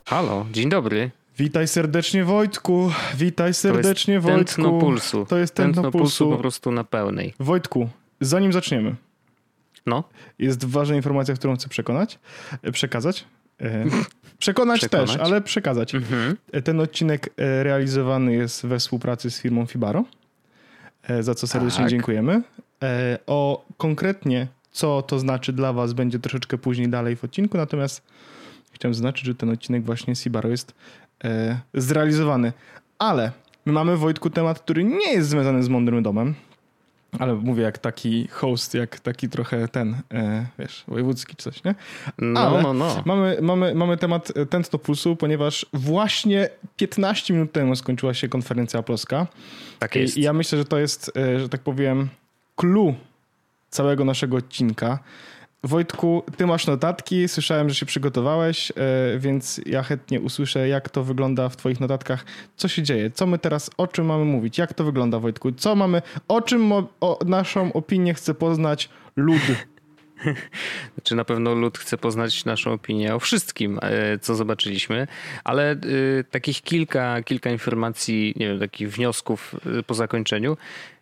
Halo, dzień dobry. Witaj serdecznie, Wojtku. Witaj serdecznie, Wojtku. Tętno pulsu. To jest tętno pulsu po prostu na pełnej. Wojtku, zanim zaczniemy. No. Jest ważna informacja, którą chcę przekazać. Przekonać też, ale przekazać. Ten odcinek realizowany jest we współpracy z firmą Fibaro, za co serdecznie dziękujemy. O konkretnie, co to znaczy dla was, będzie troszeczkę później dalej w odcinku, natomiast chciałem zaznaczyć, że ten odcinek właśnie z Fibaro jest zrealizowany. Ale my mamy, Wojtku, temat, który nie jest związany z Mądrym Domem, ale mówię jak taki host, jak taki trochę wojewódzki czy coś, nie? Ale mamy temat tętno pulsu, ponieważ właśnie 15 minut temu skończyła się konferencja Apple'owska. Tak jest. I ja myślę, że to jest, że tak powiem, clue całego naszego odcinka. Wojtku, ty masz notatki, słyszałem, że się przygotowałeś, więc ja chętnie usłyszę, jak to wygląda w twoich notatkach. Co się dzieje? Co my teraz, o czym mamy mówić? Jak to wygląda, Wojtku? O czym naszą opinię chce poznać lud? Znaczy na pewno lud chce poznać naszą opinię o wszystkim, co zobaczyliśmy, ale takich kilka informacji, nie wiem, takich wniosków po zakończeniu.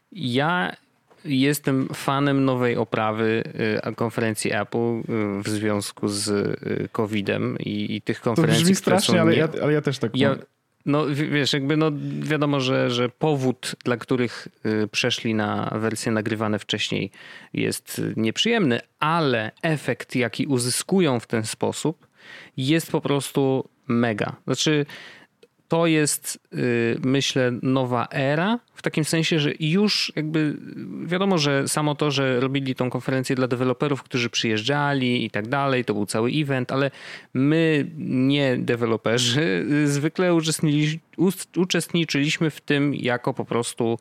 Ja jestem fanem nowej oprawy konferencji Apple w związku z COVID-em i tych konferencji. To brzmi strasznie, ale ja też tak mam. No wiesz, wiadomo, że powód, dla których przeszli na wersje nagrywane wcześniej, jest nieprzyjemny, ale efekt, jaki uzyskują w ten sposób, jest po prostu mega. Znaczy, to jest, myślę, nowa era, w takim sensie, że już jakby wiadomo, że samo to, że robili tą konferencję dla deweloperów, którzy przyjeżdżali i tak dalej, to był cały event, ale my, nie deweloperzy, zwykle uczestniczyliśmy w tym jako po prostu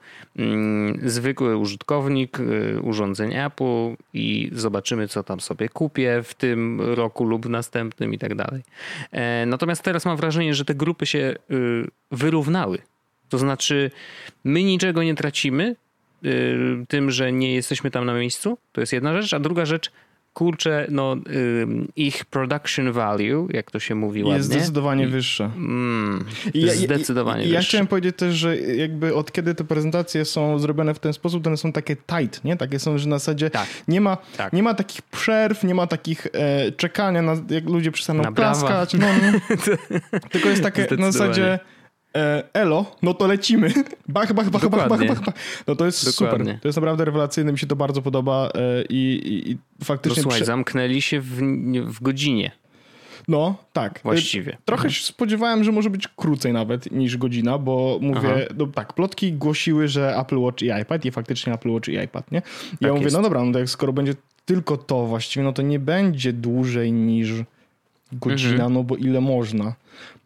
zwykły użytkownik urządzeń Apple i zobaczymy, co tam sobie kupię w tym roku lub następnym i tak dalej. Natomiast teraz mam wrażenie, że te grupy się wyrównały. To znaczy, my niczego nie tracimy tym, że nie jesteśmy tam na miejscu. To jest jedna rzecz. A druga rzecz, kurczę, ich production value, jak to się mówi ładnie. Jest zdecydowanie wyższe. Zdecydowanie wyższe. Ja chciałem powiedzieć też, że jakby od kiedy te prezentacje są zrobione w ten sposób, to one są takie tight, nie? Takie są, że na zasadzie nie ma takich przerw, nie ma takich czekania, jak ludzie przestaną klaskać. Tylko jest takie na zasadzie elo, no to lecimy. Bach. No to jest super. To jest naprawdę rewelacyjne, mi się to bardzo podoba i faktycznie... No słuchaj, zamknęli się w godzinie. No, tak. Właściwie. Trochę się spodziewałem, że może być krócej nawet niż godzina, bo mówię, plotki głosiły, że Apple Watch i iPad i faktycznie Apple Watch i iPad, nie? I ja mówię, no dobra, no to jak skoro będzie tylko to właściwie, no to nie będzie dłużej niż godzina, no bo ile można.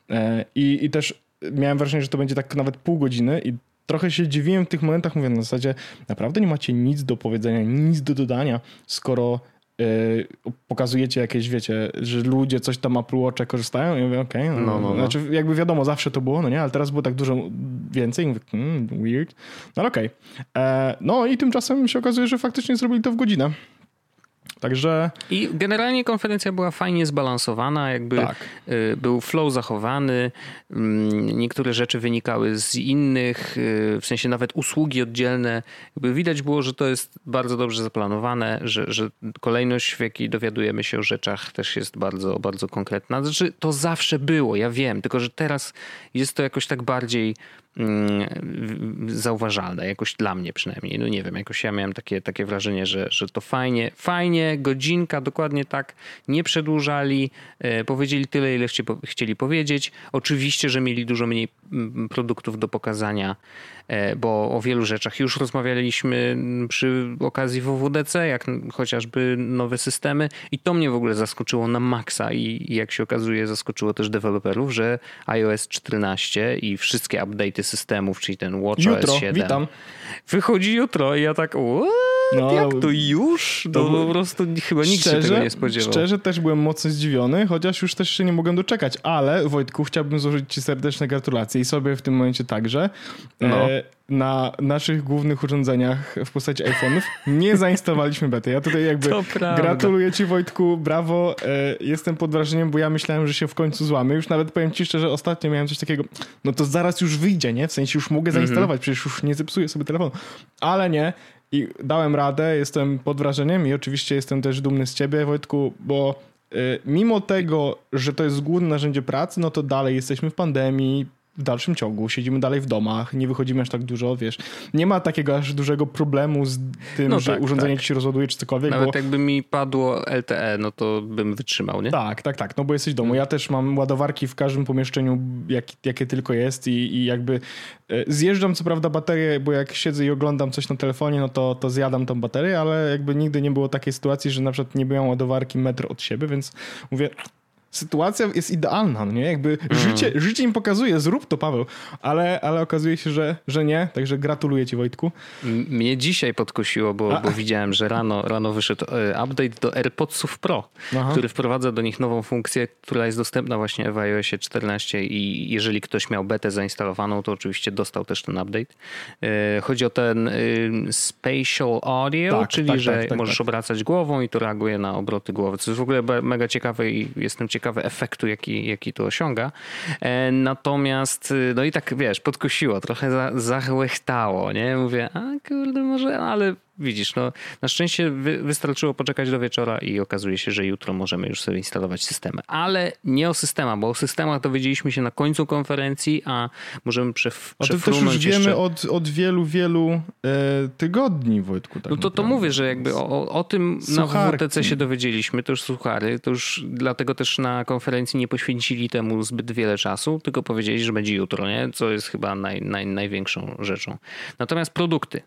I też miałem wrażenie, że to będzie tak nawet pół godziny i trochę się dziwiłem w tych momentach, mówię na zasadzie, naprawdę nie macie nic do powiedzenia, nic do dodania, skoro pokazujecie jakieś, wiecie, że ludzie coś tam Apple Watcha korzystają i mówię, okej. Znaczy jakby wiadomo, zawsze to było, no nie, ale teraz było tak dużo więcej i mówię, weird. No ale okej. No i tymczasem się okazuje, że faktycznie zrobili to w godzinę. Także... I generalnie konferencja była fajnie zbalansowana, jakby był flow zachowany, niektóre rzeczy wynikały z innych, w sensie nawet usługi oddzielne. Jakby widać było, że to jest bardzo dobrze zaplanowane, że kolejność, w jakiej dowiadujemy się o rzeczach, też jest bardzo, bardzo konkretna. Znaczy to zawsze było, ja wiem, tylko że teraz jest to jakoś tak bardziej zauważalne, jakoś dla mnie przynajmniej. No nie wiem, jakoś ja miałem takie wrażenie, że to fajnie, godzinka, dokładnie tak, nie przedłużali, powiedzieli tyle, ile chcieli powiedzieć. Oczywiście, że mieli dużo mniej produktów do pokazania, bo o wielu rzeczach już rozmawialiśmy przy okazji WWDC, jak chociażby nowe systemy i to mnie w ogóle zaskoczyło na maksa i jak się okazuje zaskoczyło też deweloperów, że iOS 14 i wszystkie update'y systemów, czyli ten WatchOS 7 witam. wychodzi jutro i ja tak what? No, jak to już? To po prostu chyba nikt się tego nie spodziewał. Szczerze też byłem mocno zdziwiony, chociaż już też się nie mogłem doczekać, ale Wojtku, chciałbym złożyć ci serdeczne gratulacje i sobie w tym momencie także. Na naszych głównych urządzeniach w postaci iPhone'ów nie zainstalowaliśmy bety. Ja tutaj jakby gratuluję ci, Wojtku, brawo. Jestem pod wrażeniem, bo ja myślałem, że się w końcu złamy. Już nawet powiem ci szczerze, ostatnio miałem coś takiego, no to zaraz już wyjdzie, nie? W sensie już mogę zainstalować, przecież już nie zepsuję sobie telefonu. Ale nie. I dałem radę, jestem pod wrażeniem i oczywiście jestem też dumny z ciebie, Wojtku, bo mimo tego, że to jest główne narzędzie pracy, no to dalej jesteśmy w pandemii, w dalszym ciągu, siedzimy dalej w domach, nie wychodzimy aż tak dużo, wiesz. Nie ma takiego aż dużego problemu z tym, że urządzenie ci się rozładuje czy cokolwiek. Nawet jakby mi padło LTE, no to bym wytrzymał, nie? Tak, no bo jesteś w domu. Ja też mam ładowarki w każdym pomieszczeniu, jakie tylko jest i jakby zjeżdżam co prawda baterię, bo jak siedzę i oglądam coś na telefonie, no to zjadam tą baterię, ale jakby nigdy nie było takiej sytuacji, że na przykład nie miałem ładowarki metr od siebie, więc mówię... Sytuacja jest idealna, no nie? Jakby życie im pokazuje, zrób to, Paweł, ale okazuje się, że nie, także gratuluję ci, Wojtku. Mnie dzisiaj podkusiło, bo widziałem, że rano wyszedł update do AirPodsów Pro, który wprowadza do nich nową funkcję, która jest dostępna właśnie w iOSie 14 i jeżeli ktoś miał betę zainstalowaną, to oczywiście dostał też ten update. Chodzi o ten spatial audio, czyli że możesz obracać głową i to reaguje na obroty głowy, co jest w ogóle mega ciekawe i jestem ciekawy efektu, jaki to osiąga. Natomiast, no i tak, wiesz, podkusiło, trochę zachłechtało, nie? Mówię, kurde, może, ale widzisz, no na szczęście wystarczyło poczekać do wieczora i okazuje się, że jutro możemy już sobie instalować systemy. Ale nie o systemach, bo o systemach dowiedzieliśmy się na końcu konferencji, a możemy przefrunąć jeszcze. To też już wiemy od wielu tygodni, Wojtku. Tak no to mówię, że jakby o tym na WTC się dowiedzieliśmy, to już suchary, to już dlatego też na konferencji nie poświęcili temu zbyt wiele czasu, tylko powiedzieli, że będzie jutro, nie? Co jest chyba największą rzeczą. Natomiast produkty.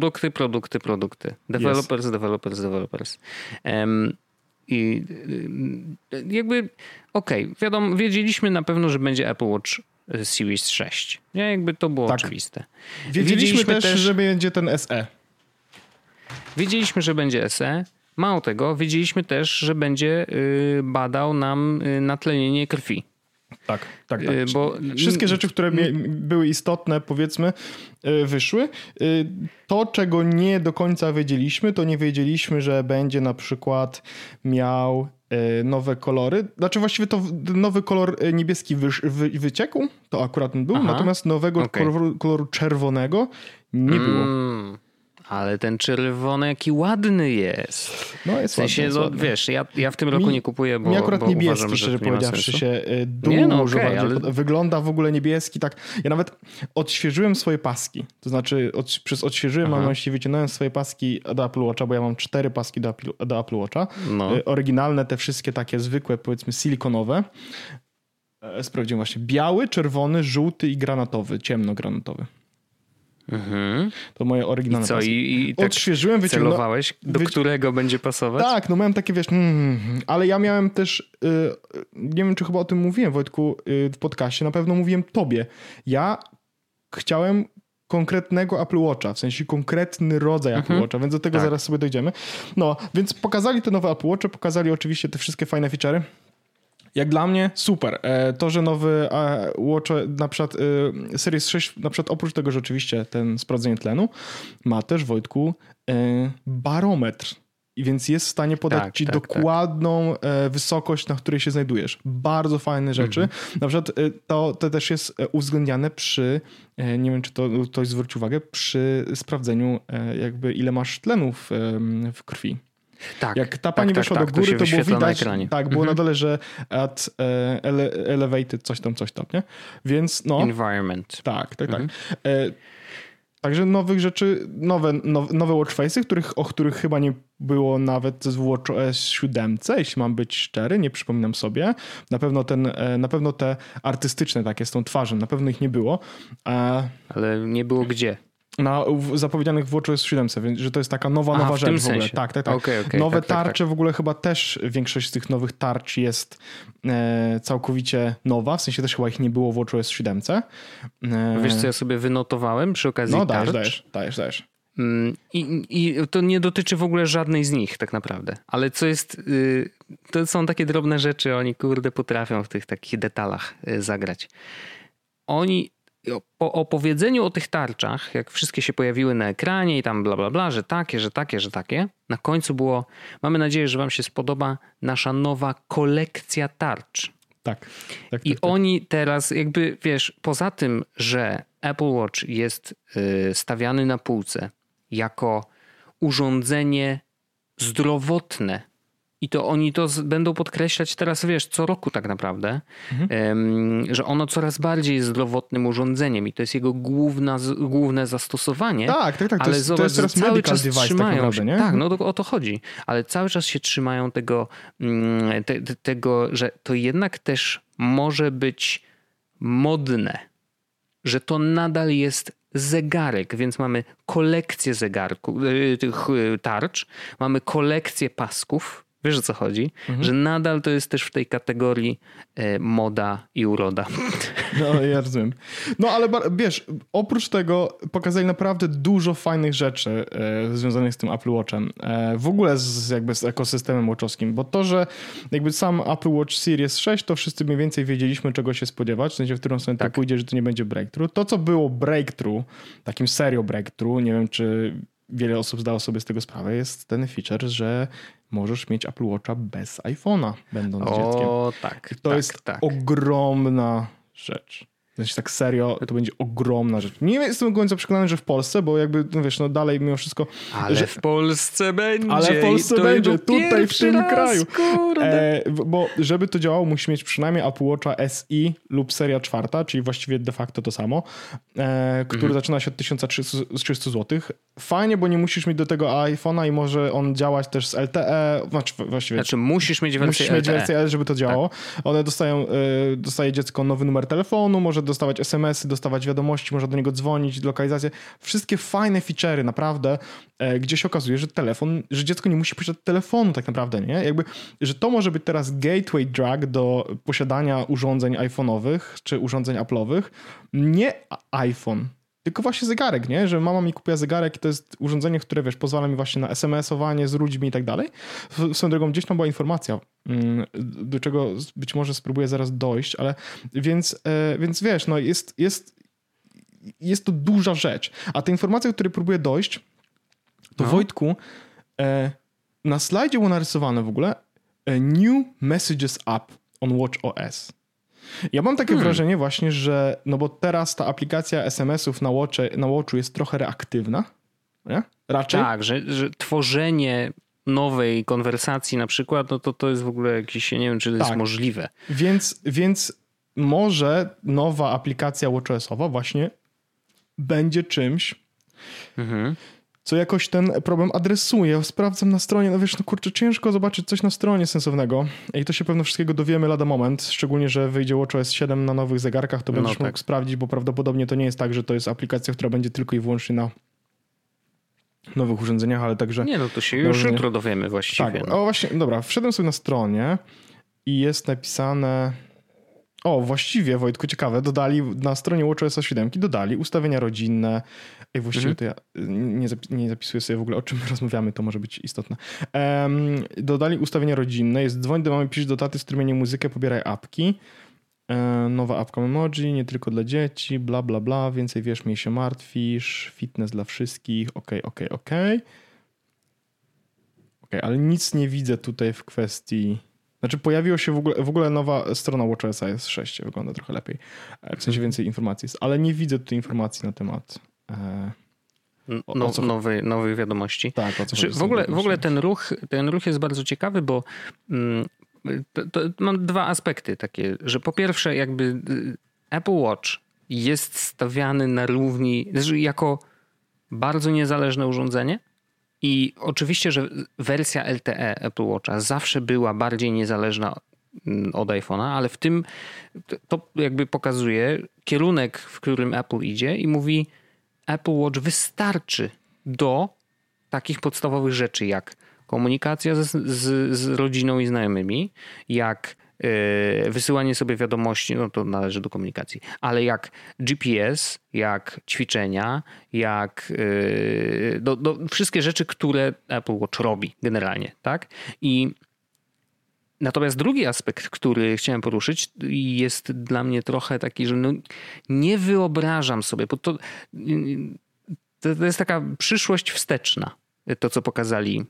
Developers. I jakby wiadomo, wiedzieliśmy na pewno, że będzie Apple Watch Series 6. Nie, jakby to było oczywiste. Wiedzieliśmy też, że będzie ten SE. Wiedzieliśmy, że będzie SE. Mało tego, wiedzieliśmy też, że będzie badał nam natlenienie krwi. Tak. Bo wszystkie rzeczy, które były istotne, powiedzmy, wyszły. To, czego nie do końca wiedzieliśmy, to nie wiedzieliśmy, że będzie na przykład miał nowe kolory. Znaczy właściwie to nowy kolor niebieski wyciekł, to akurat był, natomiast nowego koloru czerwonego nie było. Ale ten czerwony jaki ładny jest. No jest w sensie, ładny. Wiesz, ja w tym roku nie kupuję, bo mi akurat bo niebieski, uważam, szczerze powiedziawszy, się dużo bardziej wygląda w ogóle niebieski. Tak. Ja nawet odświeżyłem swoje paski. To znaczy odświeżyłem, a właściwie wyciągnąłem swoje paski do Apple Watcha, bo ja mam 4 paski do Apple Watcha. No. Oryginalne, te wszystkie takie zwykłe, powiedzmy silikonowe. Sprawdziłem właśnie biały, czerwony, żółty i granatowy, ciemnogranatowy. To moje oryginalne paski. I tak odświeżyłem, celowałeś, do którego będzie pasować? Tak, no miałem takie, wiesz, ale ja miałem też, nie wiem, czy chyba o tym mówiłem, Wojtku, w podcaście, na pewno mówiłem tobie. Ja chciałem konkretnego Apple Watcha, w sensie konkretny rodzaj Apple Watcha, więc do tego zaraz sobie dojdziemy. No, więc pokazali te nowe Apple Watche, pokazali oczywiście te wszystkie fajne feature'y. Jak dla mnie super. To, że nowy Watch, na przykład Series 6, na przykład oprócz tego, że oczywiście ten sprawdzenie tlenu, ma też, Wojtku, barometr. I więc jest w stanie podać ci dokładną wysokość, na której się znajdujesz. Bardzo fajne rzeczy. Na przykład to też jest uwzględniane przy, nie wiem, czy to ktoś zwrócił uwagę, przy sprawdzeniu jakby ile masz tlenu w krwi. Tak, jak ta pani weszła do góry, to było widać, było na dole, że elevated coś tam, nie? Więc no. Environment. Tak. Także nowych rzeczy, nowe watch face'y, o których chyba nie było nawet w Watch OS 7, jeśli mam być szczery, nie przypominam sobie. Na pewno te artystyczne takie z tą twarzą, na pewno ich nie było. Ale nie było gdzie? Zapowiedzianych w Watch OS 7, więc że to jest taka nowa rzecz w ogóle. Sensie. Tak. Okay, nowe tarcze w ogóle chyba też, większość z tych nowych tarcz jest całkowicie nowa, w sensie też chyba ich nie było w Watch OS 7. Wiesz co ja sobie wynotowałem przy okazji tarcz? Dajesz. I to nie dotyczy w ogóle żadnej z nich tak naprawdę. Ale co jest, to są takie drobne rzeczy, oni kurde potrafią w tych takich detalach zagrać. Oni po opowiedzeniu o tych tarczach, jak wszystkie się pojawiły na ekranie i tam bla bla bla, że takie, na końcu było, mamy nadzieję, że wam się spodoba nasza nowa kolekcja tarcz. Tak. I oni teraz jakby, wiesz, poza tym, że Apple Watch jest stawiany na półce jako urządzenie zdrowotne i to oni to będą podkreślać teraz, wiesz, co roku tak naprawdę, że ono coraz bardziej jest zdrowotnym urządzeniem i to jest jego główne zastosowanie. Tak. Ale to jest teraz cały czas device trzymają tak naprawdę, się, nie? tak, no o to chodzi. Ale cały czas się trzymają tego, że to jednak też może być modne, że to nadal jest zegarek, więc mamy kolekcję tych tarcz, mamy kolekcję pasków, wiesz o co chodzi, że nadal to jest też w tej kategorii moda i uroda. No, ja rozumiem. No, ale wiesz, oprócz tego pokazali naprawdę dużo fajnych rzeczy związanych z tym Apple Watchem. W ogóle z ekosystemem watchowskim, bo to, że jakby sam Apple Watch Series 6, to wszyscy mniej więcej wiedzieliśmy, czego się spodziewać, w sensie, w którą stronę to pójdzie, że to nie będzie breakthrough. To, co było breakthrough, takim serio breakthrough, nie wiem, czy wiele osób zdało sobie z tego sprawę, jest ten feature, że możesz mieć Apple Watcha bez iPhone'a, będąc dzieckiem. O, tak. To jest ogromna rzecz. Znaczy tak serio, to będzie ogromna rzecz. Nie jestem do końca przekonany, że w Polsce, bo jakby, no wiesz, no dalej mimo wszystko... Ale w Polsce będzie. Ale w Polsce będzie, tutaj w tym kraju. Kurde. Bo żeby to działało, musi mieć przynajmniej Apple Watcha SE lub seria 4, czyli właściwie de facto to samo, który zaczyna się od 1300 zł. Fajnie, bo nie musisz mieć do tego iPhone'a i może on działać też z LTE. Znaczy musisz mieć wersję LTE. Wersję LTE, żeby to działało. Tak. One dostaje dziecko nowy numer telefonu, może dostawać SMS-y, dostawać wiadomości, może do niego dzwonić, lokalizację. Wszystkie fajne feature'y, naprawdę, gdzie się okazuje, że dziecko nie musi posiadać telefonu tak naprawdę, nie? Jakby, że to może być teraz gateway drug do posiadania urządzeń iPhone'owych czy urządzeń Apple'owych. Nie iPhone, tylko właśnie zegarek, nie? Że mama mi kupiła zegarek i to jest urządzenie, które, wiesz, pozwala mi właśnie na SMS-owanie z ludźmi i tak dalej. Swoją drogą, gdzieś tam była informacja, do czego być może spróbuję zaraz dojść, ale więc wiesz, no jest to duża rzecz. A ta informacja, do której próbuję dojść, to Wojtku, na slajdzie było narysowane w ogóle New Messages App on WatchOS. Ja mam takie wrażenie właśnie, że no bo teraz ta aplikacja SMS-ów na Watchu jest trochę reaktywna, nie? Raczej. Tak, że tworzenie nowej konwersacji na przykład, no to jest w ogóle jakieś, nie wiem, czy to jest możliwe. Więc może nowa aplikacja WatchOS-owa właśnie będzie czymś, co jakoś ten problem adresuje. Sprawdzam na stronie, no wiesz, no kurczę, ciężko zobaczyć coś na stronie sensownego i to się pewno wszystkiego dowiemy lada moment, szczególnie, że wyjdzie WatchOS 7 na nowych zegarkach, to będziesz mógł sprawdzić, bo prawdopodobnie to nie jest tak, że to jest aplikacja, która będzie tylko i wyłącznie na nowych urządzeniach, ale także... Nie, no to się już jutro dowiemy właściwie. Tak, o właśnie, dobra, wszedłem sobie na stronie i jest napisane... O, właściwie, Wojtku, ciekawe, dodali na stronie WatchOS 7 dodali ustawienia rodzinne. Ej, właściwie to ja nie zapisuję sobie w ogóle, o czym rozmawiamy, to może być istotne. Dodali ustawienia rodzinne, jest dzwoń do mamy, pisz do taty, strumienie muzykę, pobieraj apki. Nowa apka Memoji, nie tylko dla dzieci, bla, bla, bla, więcej wiesz, mniej się martwisz, fitness dla wszystkich, okej, ale nic nie widzę tutaj w kwestii... Znaczy pojawiła się w ogóle nowa strona WatchOS jest 6, wygląda trochę lepiej. W sensie więcej informacji jest, ale nie widzę tutaj informacji na temat nowych wiadomości. Tak, o co znaczy, w ogóle ten ruch jest bardzo ciekawy, bo to mam dwa aspekty takie, że po pierwsze jakby Apple Watch jest stawiany na równi, znaczy jako bardzo niezależne urządzenie. I oczywiście, że wersja LTE Apple Watcha zawsze była bardziej niezależna od iPhone'a, ale w tym to jakby pokazuje kierunek, w którym Apple idzie i mówi, Apple Watch wystarczy do takich podstawowych rzeczy jak komunikacja z rodziną i znajomymi, jak wysyłanie sobie wiadomości, no to należy do komunikacji, ale jak GPS, jak ćwiczenia, jak wszystkie rzeczy, które Apple Watch robi generalnie, tak? Natomiast drugi aspekt, który chciałem poruszyć, jest dla mnie trochę taki, że nie wyobrażam sobie, bo to jest taka przyszłość wsteczna, to co pokazali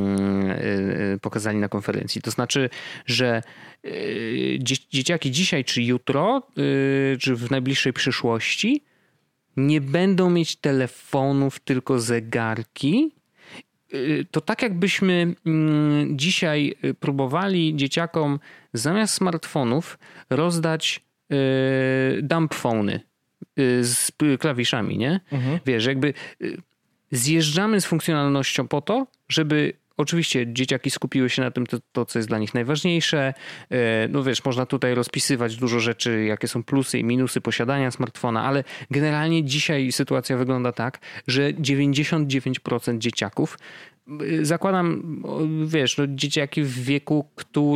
na konferencji. To znaczy, że dzieciaki dzisiaj czy jutro, czy w najbliższej przyszłości nie będą mieć telefonów, tylko zegarki. To tak jakbyśmy dzisiaj próbowali dzieciakom zamiast smartfonów rozdać dumb phony z klawiszami, nie? Mhm. Wiesz, jakby zjeżdżamy z funkcjonalnością po to, żeby oczywiście dzieciaki skupiły się na tym, to co jest dla nich najważniejsze. No wiesz, można tutaj rozpisywać dużo rzeczy, jakie są plusy i minusy posiadania smartfona, ale generalnie dzisiaj sytuacja wygląda tak, że 99% dzieciaków, zakładam, wiesz, dzieciaki w wieku,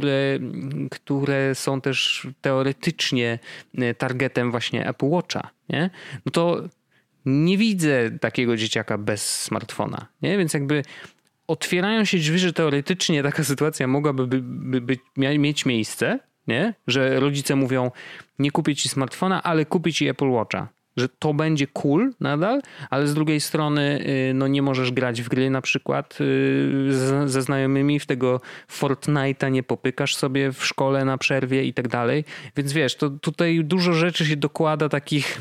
które są też teoretycznie targetem właśnie Apple Watcha, nie? No to nie widzę takiego dzieciaka bez smartfona, nie? Więc jakby otwierają się drzwi, że teoretycznie taka sytuacja mogłaby mieć miejsce, nie? Że rodzice mówią, nie kupię ci smartfona, ale kupię ci Apple Watcha. Że to będzie cool nadal, ale z drugiej strony no nie możesz grać w gry na przykład ze znajomymi, w tego Fortnite'a nie popykasz sobie w szkole na przerwie i tak dalej. Więc wiesz, to tutaj dużo rzeczy się dokłada takich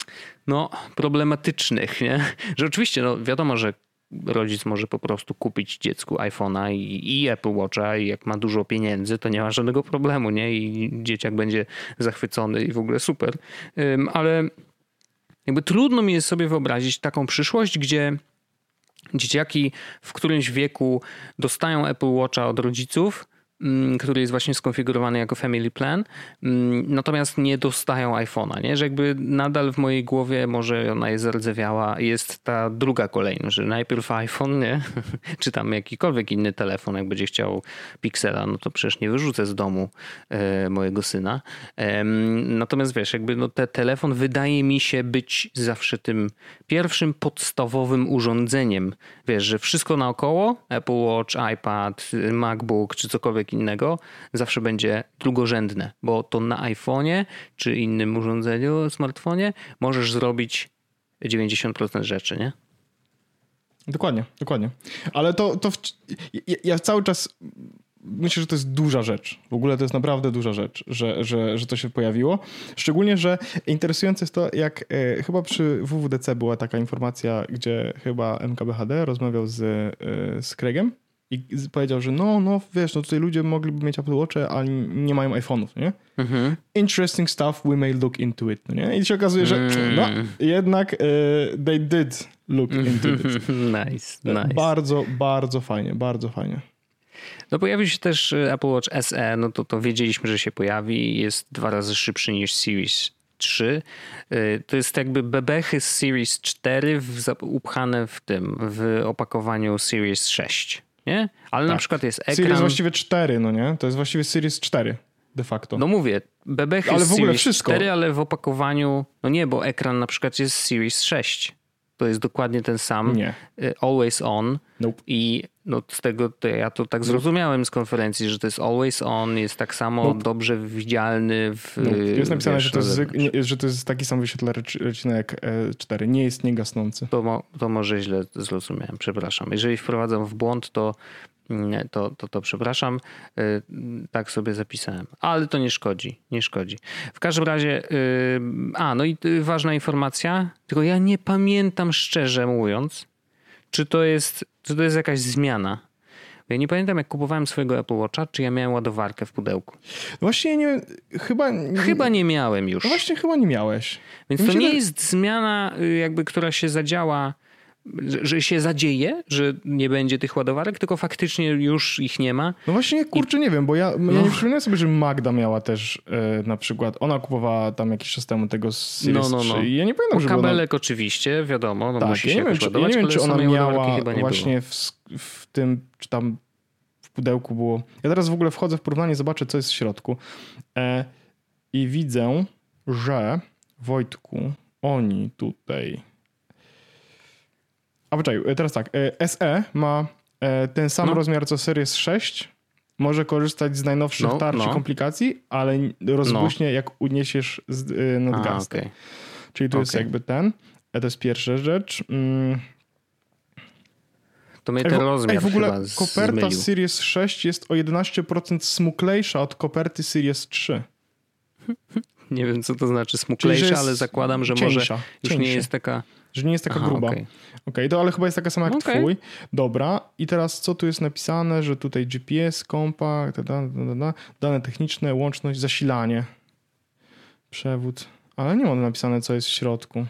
problematycznych, nie? Że oczywiście wiadomo, że rodzic może po prostu kupić dziecku iPhone'a i Apple Watcha i jak ma dużo pieniędzy, to nie ma żadnego problemu, nie? I dzieciak będzie zachwycony i w ogóle super. Ale jakby trudno mi jest sobie wyobrazić taką przyszłość, gdzie dzieciaki w którymś wieku dostają Apple Watcha od rodziców, który jest właśnie skonfigurowany jako family plan, natomiast nie dostają iPhone'a, nie? Że jakby nadal w mojej głowie, może ona jest zardzewiała, jest ta druga kolejność, że najpierw iPhone, nie? Czy tam jakikolwiek inny telefon, jak będzie chciał Pixela, no to przecież nie wyrzucę z domu mojego syna. Natomiast wiesz, jakby ten telefon wydaje mi się być zawsze tym pierwszym podstawowym urządzeniem. Wiesz, że wszystko naokoło, Apple Watch, iPad, MacBook czy cokolwiek innego, zawsze będzie drugorzędne, bo to na iPhone'ie czy innym urządzeniu, smartfonie możesz zrobić 90% rzeczy, nie? Dokładnie. Ale ja cały czas myślę, że to jest duża rzecz. W ogóle to jest naprawdę duża rzecz, że to się pojawiło. Szczególnie, że interesujące jest to, jak chyba przy WWDC była taka informacja, gdzie chyba MKBHD rozmawiał z Craigiem i powiedział, że wiesz, tutaj ludzie mogliby mieć Apple Watche, ale nie mają iPhone'ów, nie? Mhm. Interesting stuff, we may look into it, no nie? I się okazuje, że jednak they did look into it. Nice. Bardzo, bardzo fajnie, bardzo fajnie. No pojawił się też Apple Watch SE, no to wiedzieliśmy, że się pojawi. Jest 2 razy szybszy niż Series 3. To jest jakby bebechy z Series 4 upchane w opakowaniu Series 6, nie? Ale na przykład jest ekran... Series właściwie 4, no nie? To jest właściwie Series 4 de facto. No mówię, bebechy ale z w ogóle Series wszystko. 4, ale w opakowaniu... No nie, bo ekran na przykład jest Series 6. To jest dokładnie ten sam. Nie. Always on. Nope. I z tego ja to tak zrozumiałem z konferencji, że to jest always on, jest tak samo dobrze widzialny w... Jest napisane, że to jest taki sam wyświetlacz jak 4. Nie jest niegasnący. To może źle zrozumiałem, przepraszam. Jeżeli wprowadzam w błąd, to przepraszam, tak sobie zapisałem. Ale to nie szkodzi. W każdym razie, i ważna informacja, tylko ja nie pamiętam szczerze mówiąc, czy to jest jakaś zmiana. Ja nie pamiętam, jak kupowałem swojego Apple Watcha, czy ja miałem ładowarkę w pudełku. Właśnie nie, chyba nie miałem już. No właśnie chyba nie miałeś. Więc to nie jest zmiana, jakby, która się zadziała, że się zadzieje, że nie będzie tych ładowarek, tylko faktycznie już ich nie ma. No właśnie, nie wiem, bo ja nie przypominam sobie, że Magda miała też na przykład, ona kupowała tam jakiś czas temu tego Series 3 i ja nie pamiętam, że kabelek oczywiście, wiadomo, tak, musi się jakoś ładować, ja nie wiem, czy ona miała chyba nie właśnie w tym, czy tam w pudełku było. Ja teraz w ogóle wchodzę w porównanie, zobaczę, co jest w środku. I widzę, że Wojtku, oni tutaj... A poczekaj, teraz tak. SE ma ten sam rozmiar co Series 6. Może korzystać z najnowszych tarczy komplikacji, ale rozbuśnie jak uniesiesz nadgarstek. Okay. Czyli tu jest jakby ten. To jest pierwsza rzecz. To mnie ten rozmiar w ogóle chyba koperta zmylił. Series 6 jest o 11% smuklejsza od koperty Series 3. Nie wiem, co to znaczy smuklejsza, ale zakładam, że cieńsza, może już nie jest taka... Że nie jest taka gruba. Okej, to ale chyba jest taka sama jak twój. Dobra. I teraz co tu jest napisane, że tutaj GPS, kompakt, dane techniczne, łączność, zasilanie. Przewód. Ale nie ma napisane, co jest w środku.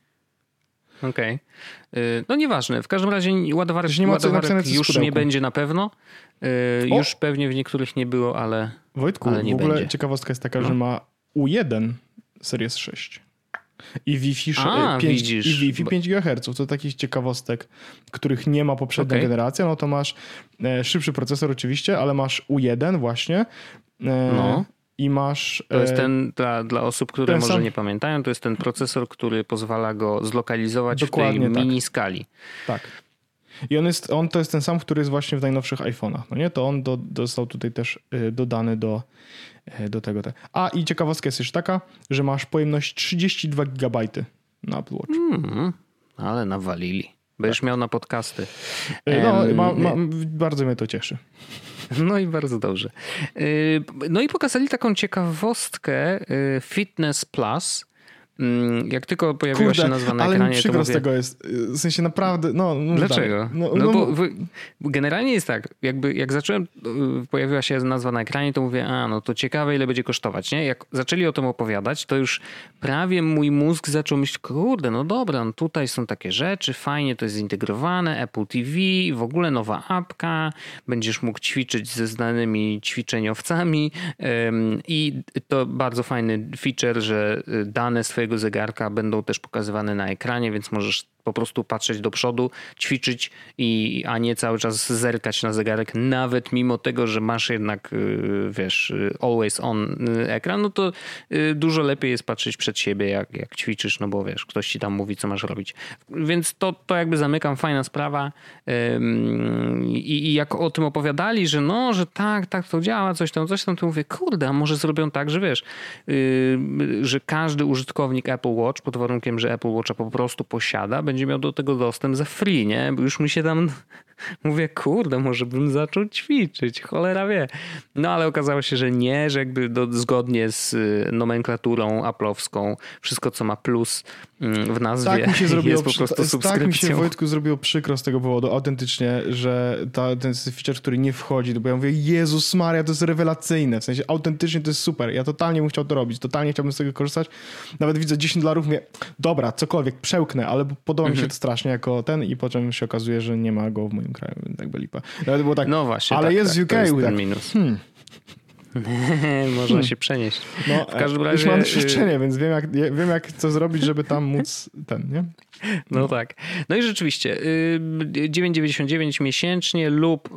Okej. No nieważne. W każdym razie ładowarek już nie będzie na pewno. Już pewnie w niektórych nie było, ale Wojtku, ale nie w ogóle będzie. ciekawostka jest taka, że ma U1 Series 6. I Wi-Fi 5 GHz. To takich ciekawostek, których nie ma poprzednia generacja. No to masz szybszy procesor oczywiście, ale masz U1 właśnie. I masz... To jest ten, dla osób, które może nie pamiętają, to jest ten procesor, który pozwala go zlokalizować dokładnie w tej mini skali. Tak. I on to jest ten sam, który jest właśnie w najnowszych iPhone'ach. No nie? To on został tutaj też dodany do tego. A i ciekawostka jest jeszcze taka, że masz pojemność 32 GB na Apple Watch. Ale nawalili. Będziesz miał na podcasty. Bardzo mnie to cieszy. No i bardzo dobrze. No i pokazali taką ciekawostkę Fitness Plus. Jak tylko pojawiła się nazwa na ekranie, ale mi przykro z tego jest. W sensie naprawdę... Dlaczego? Bo generalnie jest tak, jak zacząłem, pojawiła się nazwa na ekranie, to mówię, no to ciekawe, ile będzie kosztować, nie? Jak zaczęli o tym opowiadać, to już prawie mój mózg zaczął myśleć, kurde, no dobra, no tutaj są takie rzeczy, fajnie to jest zintegrowane, Apple TV, w ogóle nowa apka, będziesz mógł ćwiczyć ze znanymi ćwiczeniowcami i to bardzo fajny feature, że dane swojego zegarka będą też pokazywane na ekranie, więc możesz po prostu patrzeć do przodu, ćwiczyć, a nie cały czas zerkać na zegarek, nawet mimo tego, że masz jednak, wiesz, always on ekran, no to dużo lepiej jest patrzeć przed siebie, jak ćwiczysz, no bo wiesz, ktoś ci tam mówi, co masz robić. Więc to jakby zamykam, fajna sprawa. I jak o tym opowiadali, że że tak to działa, coś tam, to mówię, kurde, a może zrobią tak, że wiesz, że każdy użytkownik Apple Watch, pod warunkiem, że Apple Watcha po prostu posiada, będzie miał do tego dostęp za free, nie? Bo już mi się tam... Mówię, kurde, może bym zaczął ćwiczyć, cholera wie. No ale okazało się, że nie, że jakby zgodnie z nomenklaturą aplowską, wszystko co ma plus w nazwie tak mi się zrobiło, jest po prostu subskrypcją. Tak mi się, Wojtku, zrobiło przykro z tego powodu, autentycznie, że ten feature, który nie wchodzi, bo ja mówię, Jezus Maria, to jest rewelacyjne, w sensie autentycznie to jest super, ja totalnie bym chciał to robić, totalnie chciałbym z tego korzystać, nawet widzę $10, mówię, dobra, cokolwiek, przełknę, ale podoba mi się to strasznie jako ten i potem się okazuje, że nie ma go w moim kraju, więc jakby lipa. Nawet było tak, no właśnie, ale tak, jest w UK. To jest ten minus. Można się przenieść. No, w każdym razie... Już mam doświadczenie, więc wiem jak co zrobić, żeby tam móc nie? No tak. No i rzeczywiście 9,99 miesięcznie lub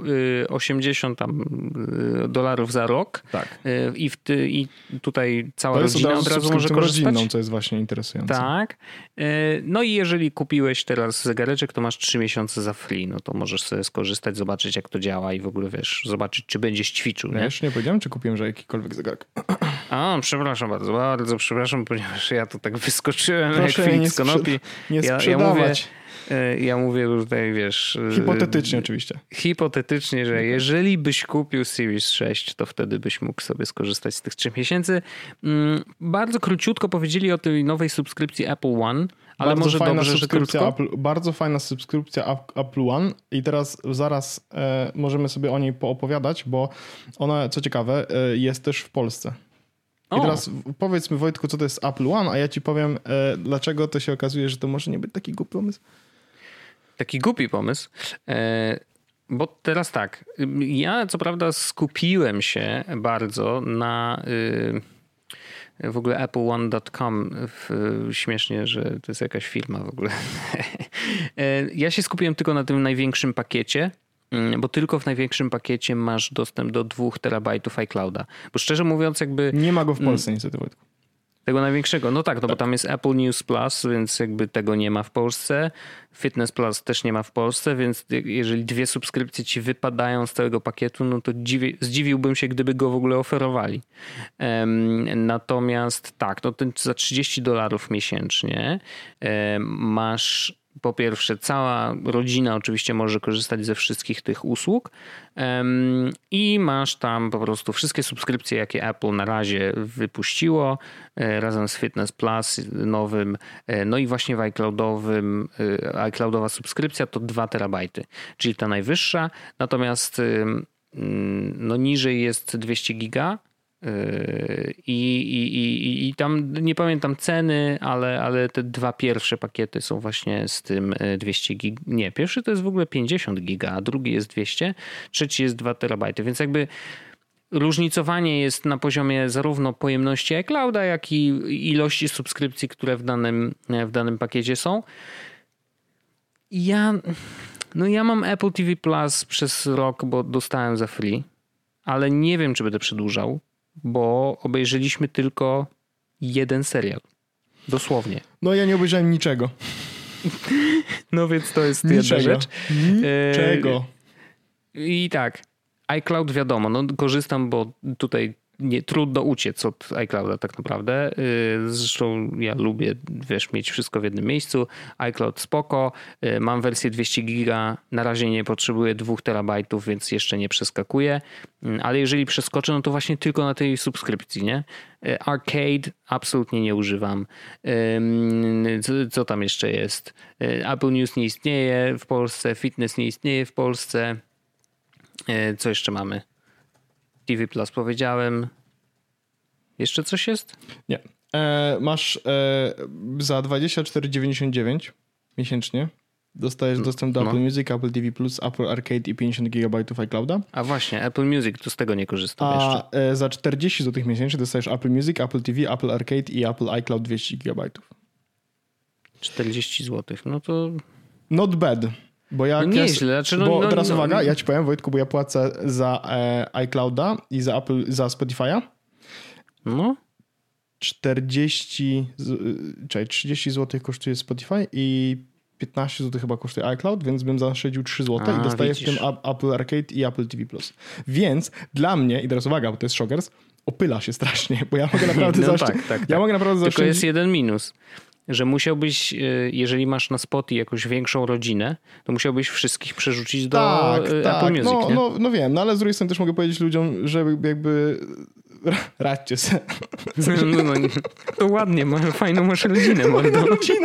$80 za rok. Tak. I tutaj cała rodzina od razu może korzystać. Rodzinną, co jest właśnie interesujące. Tak. No i jeżeli kupiłeś teraz zegareczek, to masz 3 miesiące za free. No to możesz sobie skorzystać, zobaczyć jak to działa i w ogóle wiesz, zobaczyć czy będziesz ćwiczył. Ja jeszcze nie powiedziałem, czy kupiłem, że jakikolwiek zegarek. Przepraszam bardzo przepraszam, ponieważ ja to tak wyskoczyłem proszę jak Filip z konopi. Nie sprzedawać. Ja mówię tutaj, wiesz... Hipotetycznie oczywiście. Hipotetycznie, że jeżeli byś kupił Series 6, to wtedy byś mógł sobie skorzystać z tych 3 miesięcy. Bardzo króciutko powiedzieli o tej nowej subskrypcji Apple One, ale bardzo może dobrze, że krótko. Bardzo fajna subskrypcja Apple One i teraz zaraz możemy sobie o niej poopowiadać, bo ona, co ciekawe, jest też w Polsce. I teraz powiedz mi, Wojtku, co to jest Apple One, a ja ci powiem, dlaczego to się okazuje, że to może nie być taki głupi pomysł. Taki głupi pomysł? Bo teraz tak, ja co prawda skupiłem się bardzo na w ogóle appleone.com. Śmiesznie, że to jest jakaś firma w ogóle. Ja się skupiłem tylko na tym największym pakiecie bo tylko w największym pakiecie masz dostęp do 2 terabajtów iClouda. Bo szczerze mówiąc jakby... Nie ma go w Polsce niestety, Wojtku. Tego największego, no tak, no bo tam jest Apple News Plus, więc jakby tego nie ma w Polsce. Fitness Plus też nie ma w Polsce, więc jeżeli 2 subskrypcje ci wypadają z całego pakietu, no to zdziwiłbym się, gdyby go w ogóle oferowali. Natomiast tak, no ten za $30 miesięcznie masz po pierwsze, cała rodzina oczywiście może korzystać ze wszystkich tych usług i masz tam po prostu wszystkie subskrypcje, jakie Apple na razie wypuściło razem z Fitness Plus nowym. No i właśnie w iCloudowa subskrypcja to 2 terabajty, czyli ta najwyższa. Natomiast no niżej jest 200 giga. I tam nie pamiętam ceny, ale te 2 pierwsze pakiety są właśnie z tym 200 gig. Nie, pierwszy to jest w ogóle 50 giga, a drugi jest 200, trzeci jest 2 terabajty, więc jakby różnicowanie jest na poziomie zarówno pojemności iClouda, jak i ilości subskrypcji, które w danym pakiecie są. Ja mam Apple TV Plus przez rok, bo dostałem za free, ale nie wiem, czy będę przedłużał, bo obejrzeliśmy tylko 1 serial. Dosłownie. No ja nie obejrzałem niczego. No więc to jest jedna rzecz. Niczego. I tak, iCloud wiadomo, no korzystam, bo tutaj trudno uciec od iClouda tak naprawdę. Zresztą ja lubię, mieć wszystko w jednym miejscu. iCloud spoko. Mam wersję 200 giga. Na razie nie potrzebuję 2 terabajtów, więc jeszcze nie przeskakuję. Ale jeżeli przeskoczę, no to właśnie tylko na tej subskrypcji, nie? Arcade absolutnie nie używam. Co tam jeszcze jest? Apple News nie istnieje w Polsce. Fitness nie istnieje w Polsce. Co jeszcze mamy? TV Plus powiedziałem. Jeszcze coś jest? Nie. Masz za 24,99 miesięcznie dostajesz dostęp do Apple Music, Apple TV Plus, Apple Arcade i 50 GB iClouda. A właśnie, Apple Music, to z tego nie korzystam jeszcze. Za 40 zł miesięcznie dostajesz Apple Music, Apple TV, Apple Arcade i Apple iCloud 200 GB. 40 zł, no to... Not bad. Bo jak no nieźle. Teraz uwaga, ja ci powiem, Wojtku, bo ja płacę za iClouda i za Apple, za Spotify'a. No. 30 zł kosztuje Spotify i 15 zł chyba kosztuje iCloud, więc bym zaszedził 3 zł i dostaję w tym Apple Arcade i Apple TV+. Więc dla mnie, i teraz uwaga, bo to jest shockers, opyla się strasznie, bo ja mogę naprawdę zaoszczędzić. Tylko jest jeden minus. Że musiałbyś, jeżeli masz na Spotify jakąś większą rodzinę, to musiałbyś wszystkich przerzucić do Apple Music, nie? No wiem, no ale z drugiej strony też mogę powiedzieć ludziom, że jakby radźcie se. To ładnie, fajną masz rodzinę, mordo.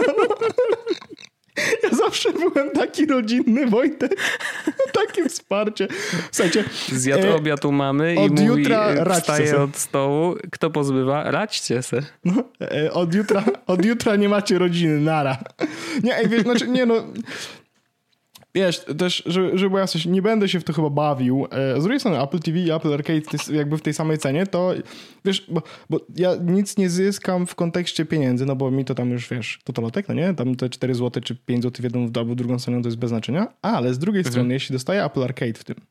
Ja zawsze byłem taki rodzinny, Wojtek. Takie wsparcie. Słuchajcie. Zjadł obiad u mamy i mówi, wstaje od stołu. Kto pozbywa? Radźcie se. No, od jutra nie macie rodziny, nara. Nie, wiesz, znaczy, nie no... Wiesz, też, żeby była jasność, nie będę się w to chyba bawił. Z drugiej strony Apple TV i Apple Arcade jakby w tej samej cenie, to wiesz, bo ja nic nie zyskam w kontekście pieniędzy, no bo mi to tam już, wiesz, to lotek, no nie? Tam te 4 zł czy 5 zł w jedną albo w drugą stronę to jest bez znaczenia, ale z drugiej strony, jeśli dostaję Apple Arcade w tym,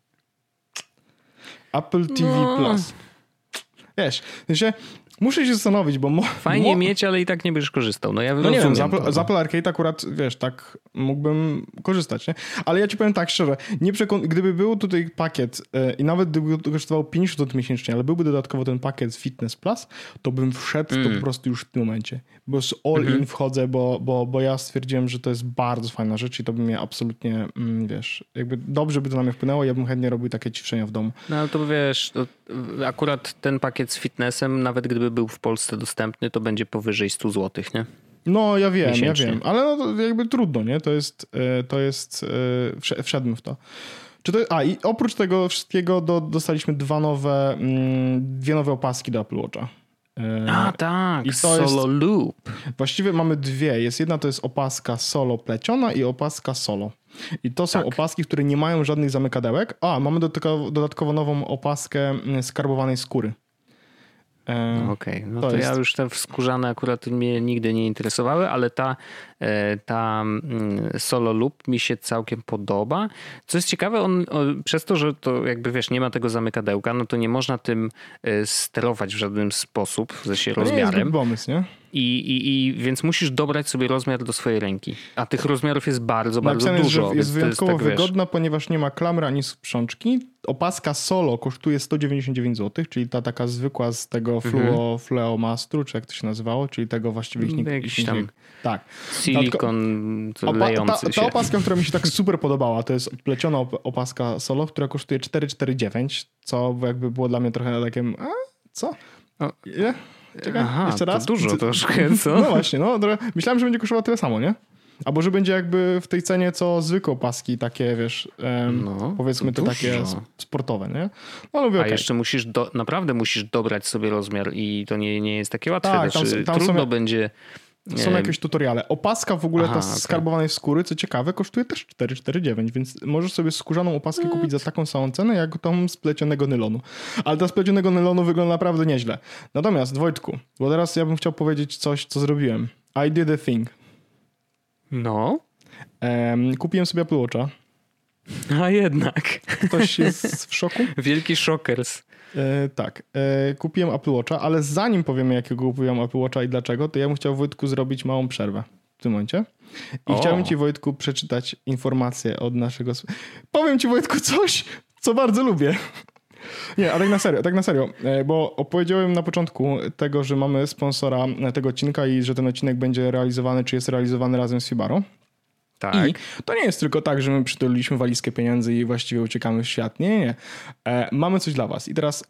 Apple TV Plus, wiesz, muszę się zastanowić, bo... Fajnie mieć, ale i tak nie będziesz korzystał. No ja nie wiem, z Apple Arcade akurat, wiesz, tak mógłbym korzystać, nie? Ale ja ci powiem tak szczerze, gdyby był tutaj pakiet i nawet gdyby to kosztowało 50 zł miesięcznie, ale byłby dodatkowo ten pakiet z Fitness Plus, to bym wszedł to po prostu już w tym momencie. Bo z all-in wchodzę, bo ja stwierdziłem, że to jest bardzo fajna rzecz i to by mnie absolutnie, wiesz, jakby dobrze by to na mnie wpłynęło, ja bym chętnie robił takie ćwiczenia w domu. No ale to wiesz, akurat ten pakiet z fitnessem, nawet gdyby był w Polsce dostępny, to będzie powyżej 100 zł, nie? No ja wiem, ale no to jakby trudno, nie? Wszedłem w to. I oprócz tego wszystkiego dostaliśmy dwie nowe opaski do Apple Watcha. Tak, Solo Loop. Właściwie mamy dwie. Jedna to jest opaska Solo pleciona i opaska Solo. I to są opaski, które nie mają żadnych zamykadełek. Mamy dodatkowo nową opaskę skarbowanej skóry. Okej, no to ja już te skórzane akurat mnie nigdy nie interesowały, ale ta Solo Loop mi się całkiem podoba. Co jest ciekawe, przez to, że to jakby wiesz, nie ma tego zamykadełka, no to nie można tym sterować w żaden sposób, w sensie rozmiarem. To nie jest pomysł, nie? I więc musisz dobrać sobie rozmiar do swojej ręki. A tych rozmiarów jest bardzo, bardzo Napisane dużo. Jest wyjątkowo wygodna, ponieważ nie ma klamry ani sprzączki. Opaska Solo kosztuje 199 zł, czyli ta taka zwykła z tego Fluomastru, czy jak to się nazywało, czyli tego właściwie jakiś tam tak. silikon lejący się. Ta opaska, która mi się tak super podobała, to jest pleciona opaska Solo, która kosztuje 449, co jakby było dla mnie trochę takim, co? Ile? Czekaj, aha, jeszcze raz. To dużo troszkę, co? No właśnie, myślałem, że będzie kosztowało tyle samo, nie? Albo że będzie jakby w tej cenie co zwykłe opaski, takie wiesz, powiedzmy te takie sportowe, nie? No, ale mówię, jeszcze naprawdę musisz dobrać sobie rozmiar i to nie jest takie łatwe. Tak, tam trudno będzie... Są jakieś tutoriale. Opaska w ogóle skarbowanej skóry, co ciekawe, kosztuje też 449, więc możesz sobie skórzaną opaskę kupić za taką samą cenę, jak tą z plecionego nylonu. Ale ta z plecionego nylonu wygląda naprawdę nieźle. Natomiast, Wojtku, bo teraz ja bym chciał powiedzieć coś, co zrobiłem. I did a thing. No? Kupiłem sobie Apple Watcha. A jednak. Ktoś jest w szoku? Wielki szokers. Tak. Kupiłem Apple Watcha, ale zanim powiemy, jakiego kupiłem Apple Watcha i dlaczego, to ja bym chciał, Wojtku, zrobić małą przerwę w tym momencie. I chciałbym ci, Wojtku, przeczytać informację od naszego... Powiem ci, Wojtku, coś, co bardzo lubię. Nie, a tak na serio, bo opowiedziałem na początku tego, że mamy sponsora tego odcinka i że ten odcinek będzie realizowany, czy jest realizowany razem z Fibaro. Tak. I to nie jest tylko tak, że my przytuliliśmy walizkę pieniędzy i właściwie uciekamy w świat. Nie. Mamy coś dla was. I teraz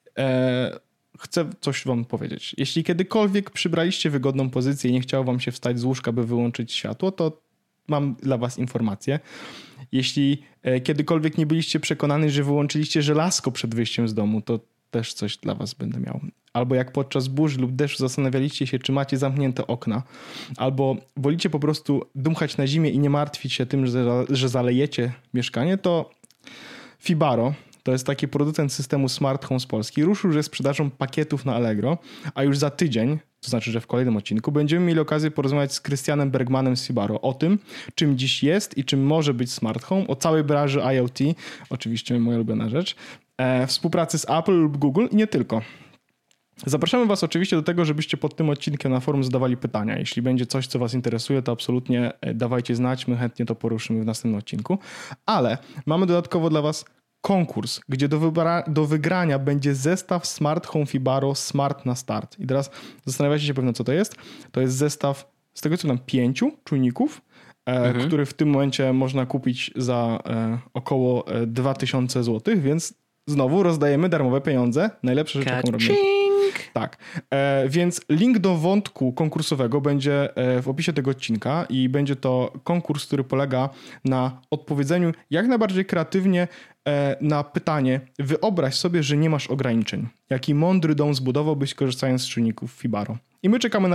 chcę coś wam powiedzieć. Jeśli kiedykolwiek przybraliście wygodną pozycję i nie chciało wam się wstać z łóżka, by wyłączyć światło, to mam dla was informację. Jeśli kiedykolwiek nie byliście przekonani, że wyłączyliście żelazko przed wyjściem z domu, to też coś dla was będę miał. Albo jak podczas burzy lub deszczu zastanawialiście się, czy macie zamknięte okna, albo wolicie po prostu dmuchać na zimie i nie martwić się tym, że zalejecie mieszkanie, to Fibaro, to jest taki producent systemu Smart Home z Polski, ruszył ze sprzedażą pakietów na Allegro, a już za tydzień, to znaczy, że w kolejnym odcinku, będziemy mieli okazję porozmawiać z Krystianem Bergmanem z Fibaro o tym, czym dziś jest i czym może być Smart Home, o całej branży IoT, oczywiście moja ulubiona rzecz, współpracy z Apple lub Google i nie tylko. Zapraszamy was oczywiście do tego, żebyście pod tym odcinkiem na forum zadawali pytania. Jeśli będzie coś, co was interesuje, to absolutnie dawajcie znać, my chętnie to poruszymy w następnym odcinku. Ale mamy dodatkowo dla was konkurs, gdzie do wygrania będzie zestaw Smart Home Fibaro Smart na start. I teraz zastanawiacie się pewno, co to jest. To jest zestaw, z tego co tam, 5 czujników, który w tym momencie można kupić za około 2000 zł, więc znowu rozdajemy darmowe pieniądze. Najlepsza rzecz, jaką robimy. Tak, więc link do wątku konkursowego będzie w opisie tego odcinka i będzie to konkurs, który polega na odpowiedzeniu jak najbardziej kreatywnie na pytanie: wyobraź sobie, że nie masz ograniczeń. Jaki mądry dom zbudowałbyś, korzystając z czujników Fibaro? I my czekamy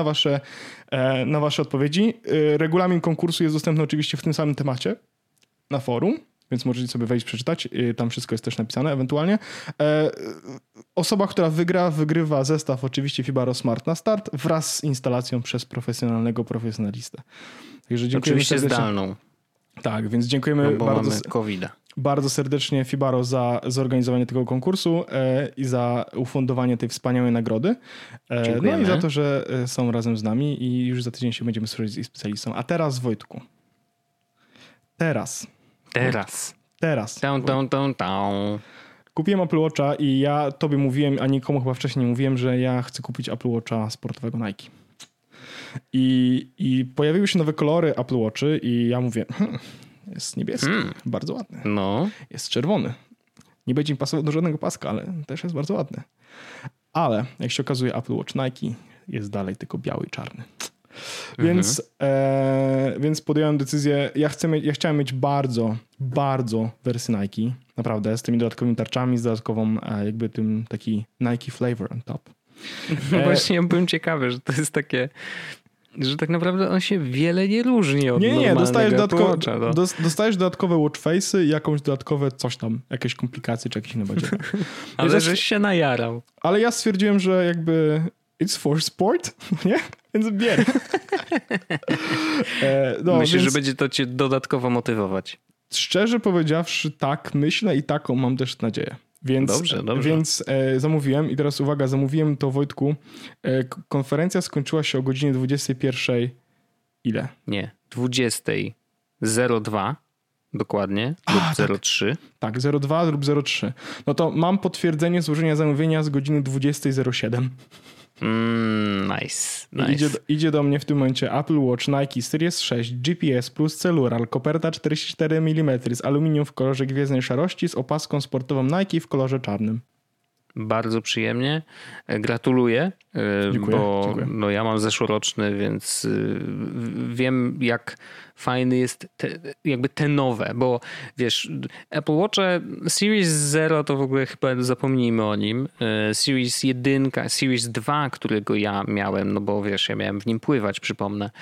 na wasze odpowiedzi. Regulamin konkursu jest dostępny oczywiście w tym samym temacie na forum, więc możecie sobie wejść, przeczytać. Tam wszystko jest też napisane ewentualnie. Osoba, która wygrywa zestaw oczywiście Fibaro Smart na start wraz z instalacją przez profesjonalnego profesjonalistę. Także dziękujemy oczywiście serdecznie. zdalną. Tak, więc dziękujemy bardzo serdecznie Fibaro za zorganizowanie tego konkursu i za ufundowanie tej wspaniałej nagrody. No i za to, że są razem z nami i już za tydzień się będziemy słyszeć z ich specjalistą. A teraz, Wojtku. Teraz. Kupiłem Apple Watcha i ja tobie mówiłem, a nikomu chyba wcześniej nie mówiłem, że ja chcę kupić Apple Watcha sportowego Nike. I pojawiły się nowe kolory Apple Watchy i ja mówię, jest niebieski, bardzo ładny. No. Jest czerwony. Nie będzie mi pasował do żadnego paska, ale też jest bardzo ładny. Ale jak się okazuje, Apple Watch Nike jest dalej tylko biały i czarny. Więc podjąłem decyzję, ja chciałem mieć bardzo wersję Nike, naprawdę, z tymi dodatkowymi tarczami, z dodatkową jakby tym taki Nike flavor on top. No właśnie, ja byłem ciekawy, że to jest takie że tak naprawdę on się wiele nie różni od Nie, dostajesz dostajesz dodatkowe watchface'y i jakąś dodatkowe coś tam, jakieś komplikacje czy jakieś inne będzie. Ale żeś się najarał. Ale ja stwierdziłem, że jakby it's for sport, nie? Więc bierę. Myślisz, że będzie to cię dodatkowo motywować? Szczerze powiedziawszy, tak myślę i taką mam też nadzieję. Dobrze. Więc zamówiłem i teraz uwaga, zamówiłem to, Wojtku. Konferencja skończyła się o godzinie 21. Ile? Nie, 20:02 dokładnie, lub 03. Tak, 02 lub 03. No to mam potwierdzenie złożenia zamówienia z godziny 20:07. Nice. Idzie do mnie w tym momencie Apple Watch Nike Series 6 GPS plus celular, koperta 44 mm z aluminium w kolorze gwiezdnej szarości z opaską sportową Nike w kolorze czarnym. Bardzo przyjemnie. Gratuluję. Dziękuję. No ja mam zeszłoroczny, więc wiem, jak fajny jest jakby te nowe, bo wiesz, Apple Watche Series 0 to w ogóle chyba zapomnijmy o nim. Series 1, Series 2, którego ja miałem, no bo wiesz, ja miałem w nim pływać, przypomnę.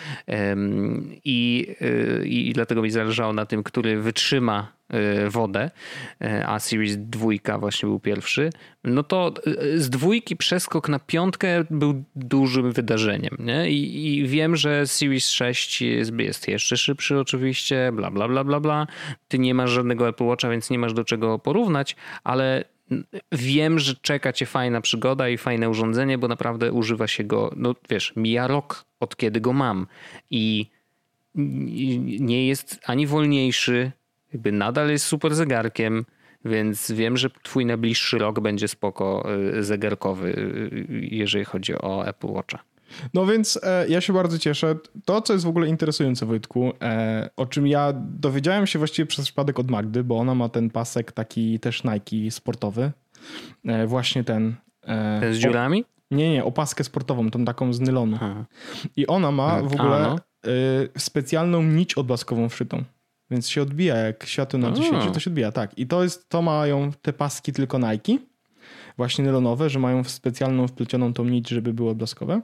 I dlatego mi zależało na tym, który wytrzyma wodę, a Series 2 właśnie był pierwszy, no to z 2 przeskok na 5 był dużym wydarzeniem, nie? I wiem, że Series 6 jest jeszcze szybszy oczywiście, bla, bla, bla, bla, bla. Ty nie masz żadnego Apple Watcha, więc nie masz do czego porównać, ale wiem, że czeka cię fajna przygoda i fajne urządzenie, bo naprawdę używa się go, no wiesz, mija rok od kiedy go mam i nie jest ani wolniejszy, jakby nadal jest super zegarkiem, więc wiem, że twój najbliższy rok będzie spoko zegarkowy, jeżeli chodzi o Apple Watcha. No więc ja się bardzo cieszę. To, co jest w ogóle interesujące, Wojtku, o czym ja dowiedziałem się właściwie przez przypadek od Magdy, bo ona ma ten pasek taki też Nike sportowy. Właśnie ten. Ten z dziurami? Nie, opaskę sportową, tą taką z nylonu. Aha. I ona ma w ogóle specjalną nić odblaskową wszytą. Więc się odbija, jak światło na to świeci, to się odbija, tak. I to mają te paski tylko Nike, właśnie nylonowe, że mają specjalną wplecioną tą nić, żeby były odblaskowe.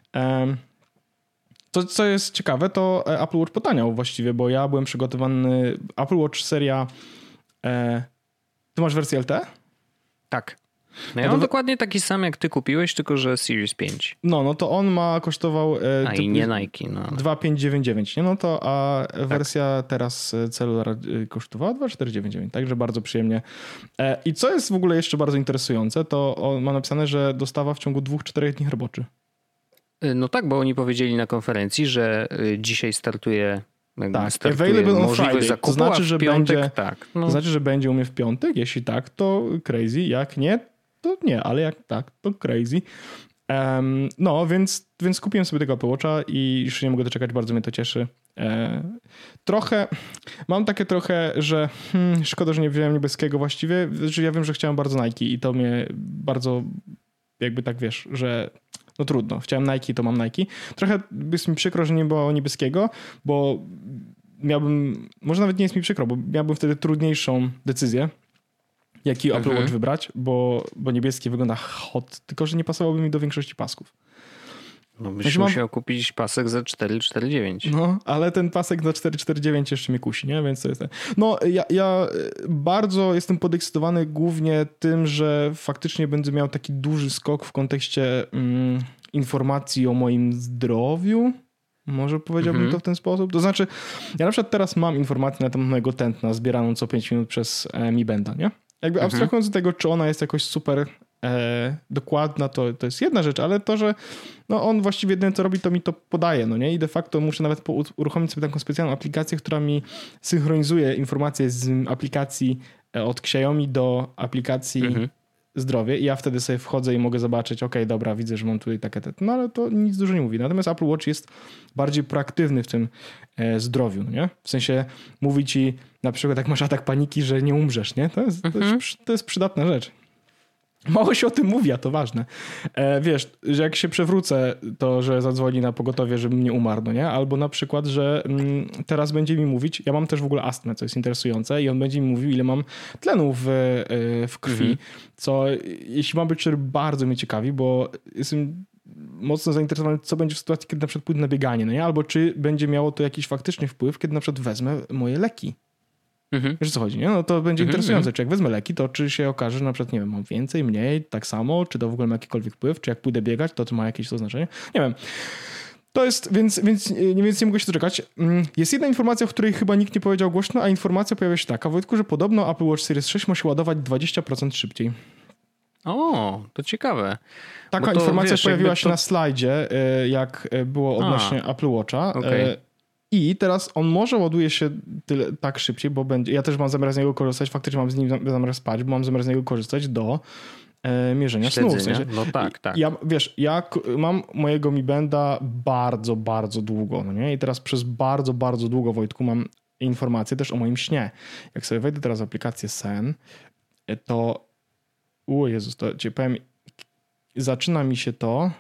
To, co jest ciekawe, to Apple Watch potaniał właściwie, bo ja byłem przygotowany, Apple Watch seria, ty masz wersję LTE? Tak. No ja mam dokładnie taki sam, jak ty kupiłeś, tylko że Series 5. No to on kosztował... i nie Nike. No. 2,599, nie? No to a wersja teraz celular kosztowała 2,499, także bardzo przyjemnie. I co jest w ogóle jeszcze bardzo interesujące, to on ma napisane, że dostawa w ciągu 2-4 dni roboczych. No tak, bo oni powiedzieli na konferencji, że dzisiaj startuje... Available on Friday. To znaczy, że piątek, to znaczy, że będzie u mnie w piątek. Jeśli tak, to crazy. Jak nie, to nie, ale jak tak, to crazy. No, więc kupiłem sobie tego Apple Watcha i już nie mogę doczekać, bardzo mnie to cieszy. Mam takie trochę, że szkoda, że nie wziąłem niebieskiego właściwie. Ja wiem, że chciałem bardzo Nike i to mnie bardzo jakby tak wiesz, że no trudno. Chciałem Nike, to mam Nike. Trochę jest mi przykro, że nie było niebieskiego, bo miałbym, może nawet nie jest mi przykro, bo miałbym wtedy trudniejszą decyzję, jaki Apple Watch wybrać, bo niebieski wygląda hot, tylko że nie pasowałby mi do większości pasków. No byś musiał kupić pasek za 449. No, ale ten pasek za 449 jeszcze mnie kusi, nie? Więc to jest... No, ja bardzo jestem podekscytowany głównie tym, że faktycznie będę miał taki duży skok w kontekście informacji o moim zdrowiu. Może powiedziałbym to w ten sposób. To znaczy, ja na przykład teraz mam informację na temat mojego tętna zbieraną co 5 minut przez Mi Banda, nie? Jakby abstrahując od tego, czy ona jest jakoś super dokładna, to jest jedna rzecz, ale to, że no on właściwie jedyne co robi, to mi to podaje, no nie? I de facto muszę nawet uruchomić sobie taką specjalną aplikację, która mi synchronizuje informacje z aplikacji od Xiaomi do aplikacji zdrowie i ja wtedy sobie wchodzę i mogę zobaczyć, okej, dobra, widzę, że mam tutaj takie, no ale to nic dużo nie mówi. Natomiast Apple Watch jest bardziej proaktywny w tym zdrowiu, nie? W sensie mówi ci na przykład, jak masz atak paniki, że nie umrzesz, nie? To jest przydatna rzecz. Mało się o tym mówi, a to ważne. Wiesz, że jak się przewrócę, to że zadzwoni na pogotowie, żebym nie umarł, no nie? Albo na przykład, że teraz będzie mi mówić, ja mam też w ogóle astmę, co jest interesujące i on będzie mi mówił, ile mam tlenu w krwi, co jeśli mam być szczery, bardzo mnie ciekawi, bo jestem mocno zainteresowany, co będzie w sytuacji, kiedy na przykład pójdę na bieganie, no nie? Albo czy będzie miało to jakiś faktyczny wpływ, kiedy na przykład wezmę moje leki. Wiesz o co chodzi, nie? No to będzie interesujące. Czy jak wezmę leki, to czy się okaże, że na przykład, nie wiem, mam więcej, mniej, tak samo, czy to w ogóle ma jakikolwiek wpływ, czy jak pójdę biegać, to ma jakieś to znaczenie? Nie wiem. To jest, więc nie mogę się doczekać. Jest jedna informacja, o której chyba nikt nie powiedział głośno, a informacja pojawia się taka, Wojtku, że podobno Apple Watch Series 6 ma się ładować 20% szybciej. O, to ciekawe. Taka informacja pojawiła się na slajdzie, jak było odnośnie Apple Watcha. Okay. I teraz on może ładuje się tak szybciej, bo będzie. Ja też mam zamiar z niego korzystać, faktycznie mam z nim zamiar spać, bo mam zamiar z niego korzystać do mierzenia snu. W sensie, no tak. Ja mam mojego Mi Banda bardzo, bardzo długo, no nie? I teraz przez bardzo, bardzo długo, Wojtku, mam informacje też o moim śnie. Jak sobie wejdę teraz w aplikację Sen, to Jezus, to ci powiem, zaczyna mi się to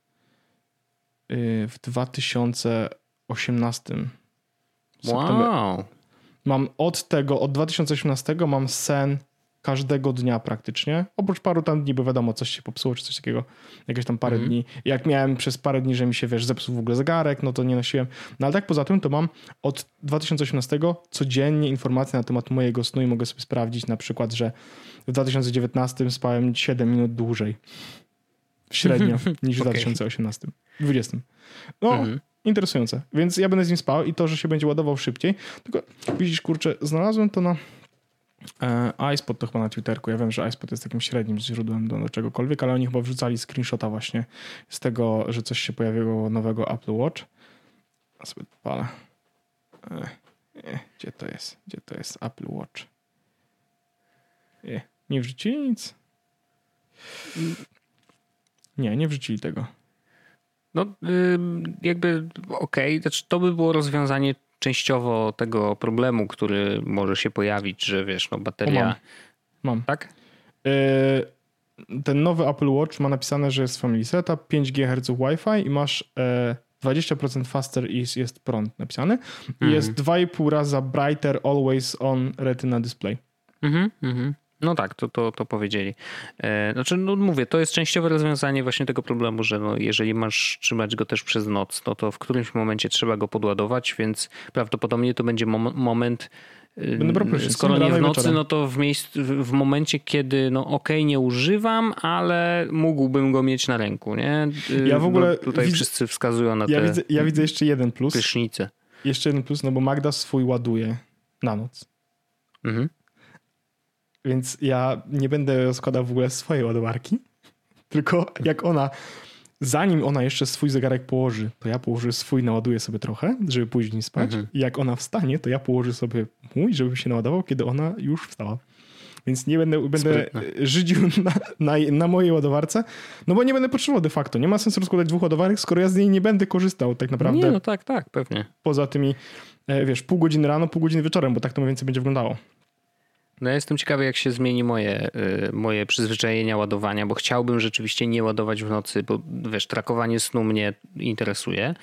w 2018. Wow. Mam od 2018 mam sen każdego dnia praktycznie. Oprócz paru tam dni, bo wiadomo, coś się popsuło, czy coś takiego. Jakieś tam parę dni. Jak miałem przez parę dni, że mi się, zepsuł w ogóle zegarek, no to nie nosiłem. No ale tak poza tym, to mam od 2018 codziennie informacje na temat mojego snu i mogę sobie sprawdzić na przykład, że w 2019 spałem 7 minut dłużej. Średnio niż w 2018. 20. No, interesujące. Więc ja będę z nim spał i to, że się będzie ładował szybciej. Tylko widzisz, kurczę, znalazłem to na iSpot, to chyba na Twitterku. Ja wiem, że iSpot jest takim średnim źródłem do czegokolwiek, ale oni chyba wrzucali screenshota właśnie z tego, że coś się pojawiło nowego Apple Watch. A sobie palę. Gdzie to jest? Gdzie to jest Apple Watch? Nie wrzucili nic? Nie wrzucili tego. No jakby okej, znaczy to by było rozwiązanie częściowo tego problemu, który może się pojawić, że bateria... Mam. Tak? Ten nowy Apple Watch ma napisane, że jest Family Setup, 5 GHz Wi-Fi i masz 20% faster jest prąd napisany. I jest 2,5 raza brighter always on retina display. No tak, to powiedzieli. Znaczy, mówię, to jest częściowe rozwiązanie właśnie tego problemu, że jeżeli masz trzymać go też przez noc, to w którymś momencie trzeba go podładować, więc prawdopodobnie to będzie moment, skoro nie w nocy, no to w momencie, kiedy nie używam, ale mógłbym go mieć na ręku, nie? Ja w ogóle tutaj wszyscy wskazują na ja widzę jeszcze jeden plus. Prysznice. Jeszcze jeden plus, no bo Magda swój ładuje na noc. Więc ja nie będę rozkładał w ogóle swojej ładowarki, tylko zanim ona jeszcze swój zegarek położy, to ja położę swój, naładuję sobie trochę, żeby później spać. I jak ona wstanie, to ja położę sobie mój, żeby się naładował, kiedy ona już wstała. Więc nie będę żydził na mojej ładowarce, no bo nie będę potrzebował de facto. Nie ma sensu rozkładać 2 ładowarek, skoro ja z niej nie będę korzystał tak naprawdę. Nie, no tak, pewnie. Poza tymi, pół godziny rano, pół godziny wieczorem, bo tak to mniej więcej będzie wyglądało. No ja jestem ciekawy, jak się zmieni moje przyzwyczajenia ładowania, bo chciałbym rzeczywiście nie ładować w nocy, bo trakowanie snu mnie interesuje.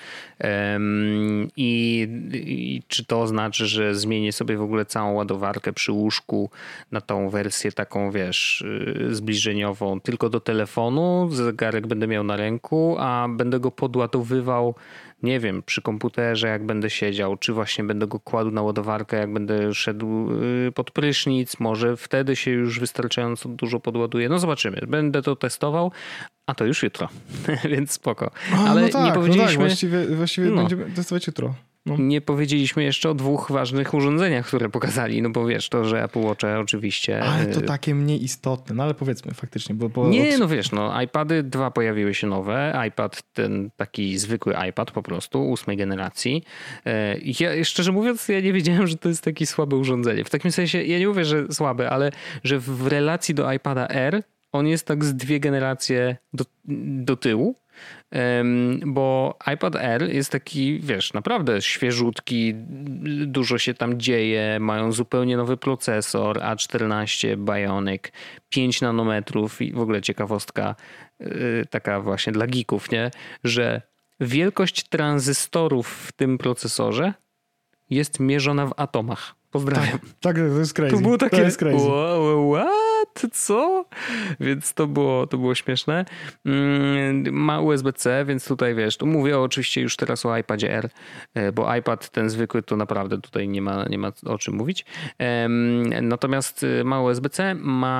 I czy to znaczy, że zmienię sobie w ogóle całą ładowarkę przy łóżku na tą wersję taką, zbliżeniową tylko do telefonu, zegarek będę miał na ręku, a będę go podładowywał, nie wiem, przy komputerze, jak będę siedział, czy właśnie będę go kładł na ładowarkę, jak będę szedł pod prysznic, może wtedy się już wystarczająco dużo podładuje. No zobaczymy, będę to testował, a to już jutro, więc spoko. Ale nie powiedzieliśmy... Właściwie będziemy testować jutro. No. Nie powiedzieliśmy jeszcze o 2 ważnych urządzeniach, które pokazali, no bo to, że Apple Watch oczywiście... Ale to takie mniej istotne, no ale powiedzmy faktycznie, bo... Nie, iPady 2 pojawiły się nowe, iPad ten taki zwykły iPad po prostu, 8 generacji. Ja szczerze mówiąc, ja nie wiedziałem, że to jest takie słabe urządzenie. W takim sensie, ja nie mówię, że słabe, ale że w relacji do iPada Air on jest tak z 2 generacje do tyłu. Bo iPad Air jest taki, naprawdę świeżutki, dużo się tam dzieje, mają zupełnie nowy procesor A14 Bionic, 5 nanometrów i w ogóle ciekawostka taka właśnie dla geeków, nie? Że wielkość tranzystorów w tym procesorze jest mierzona w atomach. Pozdrawiam. Tak, to jest crazy. To było takie, to jest crazy. What? What? Co? Więc to było śmieszne. Ma USB-C, więc tutaj wiesz, tu mówię oczywiście już teraz o iPadzie R, bo iPad ten zwykły to naprawdę tutaj nie ma o czym mówić. Natomiast ma USB-C,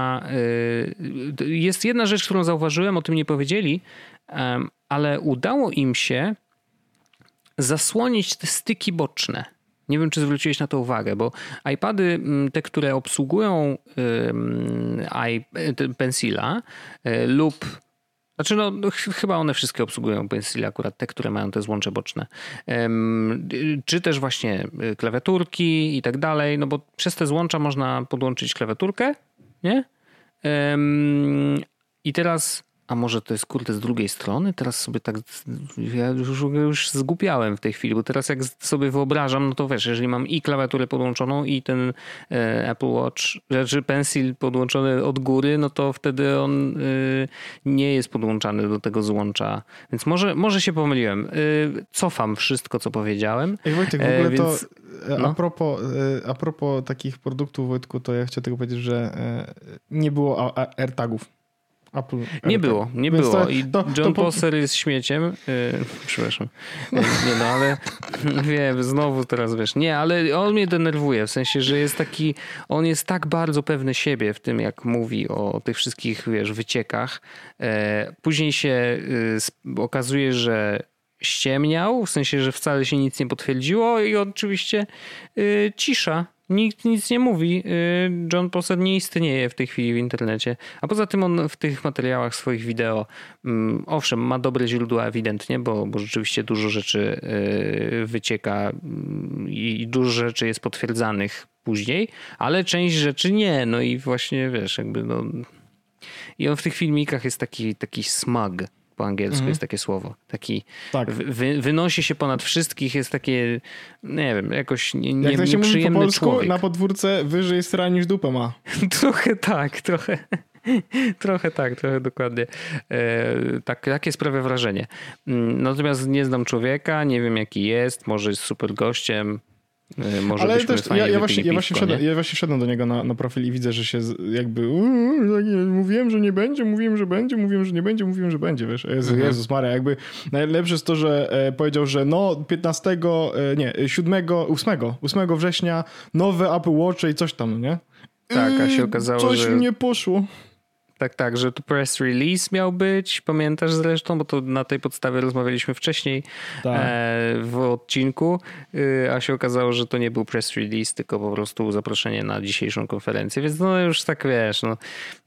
jest jedna rzecz, którą zauważyłem, o tym nie powiedzieli, ale udało im się zasłonić te styki boczne. Nie wiem, czy zwróciłeś na to uwagę, bo iPady, te, które obsługują Pencila lub... Znaczy chyba one wszystkie obsługują Pencila, akurat te, które mają te złącze boczne. Czy też właśnie klawiaturki i tak dalej, no bo przez te złącza można podłączyć klawiaturkę, nie? I teraz... A może to jest z drugiej strony? Teraz sobie tak, ja już zgłupiałem w tej chwili, bo teraz jak sobie wyobrażam, no to wiesz, jeżeli mam i klawiaturę podłączoną i ten Apple Watch, czy Pencil podłączony od góry, no to wtedy on nie jest podłączany do tego złącza. Więc może się pomyliłem. Cofam wszystko, co powiedziałem. Ej Wojtek, w ogóle więc, to a propos takich produktów, Wojtku, to ja chciałem tylko powiedzieć, że nie było AirTagów. Apple nie było. I John Prosser jest śmieciem. Przepraszam. Nie no, ale wiem, znowu teraz wiesz. Nie, ale on mnie denerwuje. W sensie, że jest taki, on jest tak bardzo pewny siebie w tym, jak mówi o tych wszystkich, wiesz, wyciekach. Później się okazuje, że ściemniał, w sensie, że wcale się nic nie potwierdziło i oczywiście cisza. Nikt nic nie mówi. John Prosser nie istnieje w tej chwili w internecie. A poza tym on w tych materiałach swoich wideo, owszem, ma dobre źródła ewidentnie, bo rzeczywiście dużo rzeczy wycieka i dużo rzeczy jest potwierdzanych później, ale część rzeczy nie. No i właśnie wiesz, jakby no... I on w tych filmikach jest taki smug. Po angielsku jest takie słowo. Taki wynosi się ponad wszystkich, jest takie, nie wiem, jakoś jak to się mówi po polsku, człowiek. Na podwórce wyżej sra niż dupę ma. Trochę dokładnie. Takie sprawia wrażenie. Natomiast nie znam człowieka, nie wiem jaki jest, może jest super gościem. Może ale też ja właśnie wszedłem do niego na profil i widzę, że się jakby mówiłem, że nie będzie, mówiłem, że będzie, mówiłem, że nie będzie, mówiłem, że będzie, wiesz. Jezus Maria, jakby najlepsze jest to, że powiedział, że 8 września nowe Apple Watch i coś tam, nie? Tak, a się okazało, coś że... mnie poszło. Tak, że to press release miał być, pamiętasz zresztą, bo to na tej podstawie rozmawialiśmy wcześniej w odcinku, a się okazało, że to nie był press release, tylko po prostu zaproszenie na dzisiejszą konferencję, więc no już tak wiesz, no...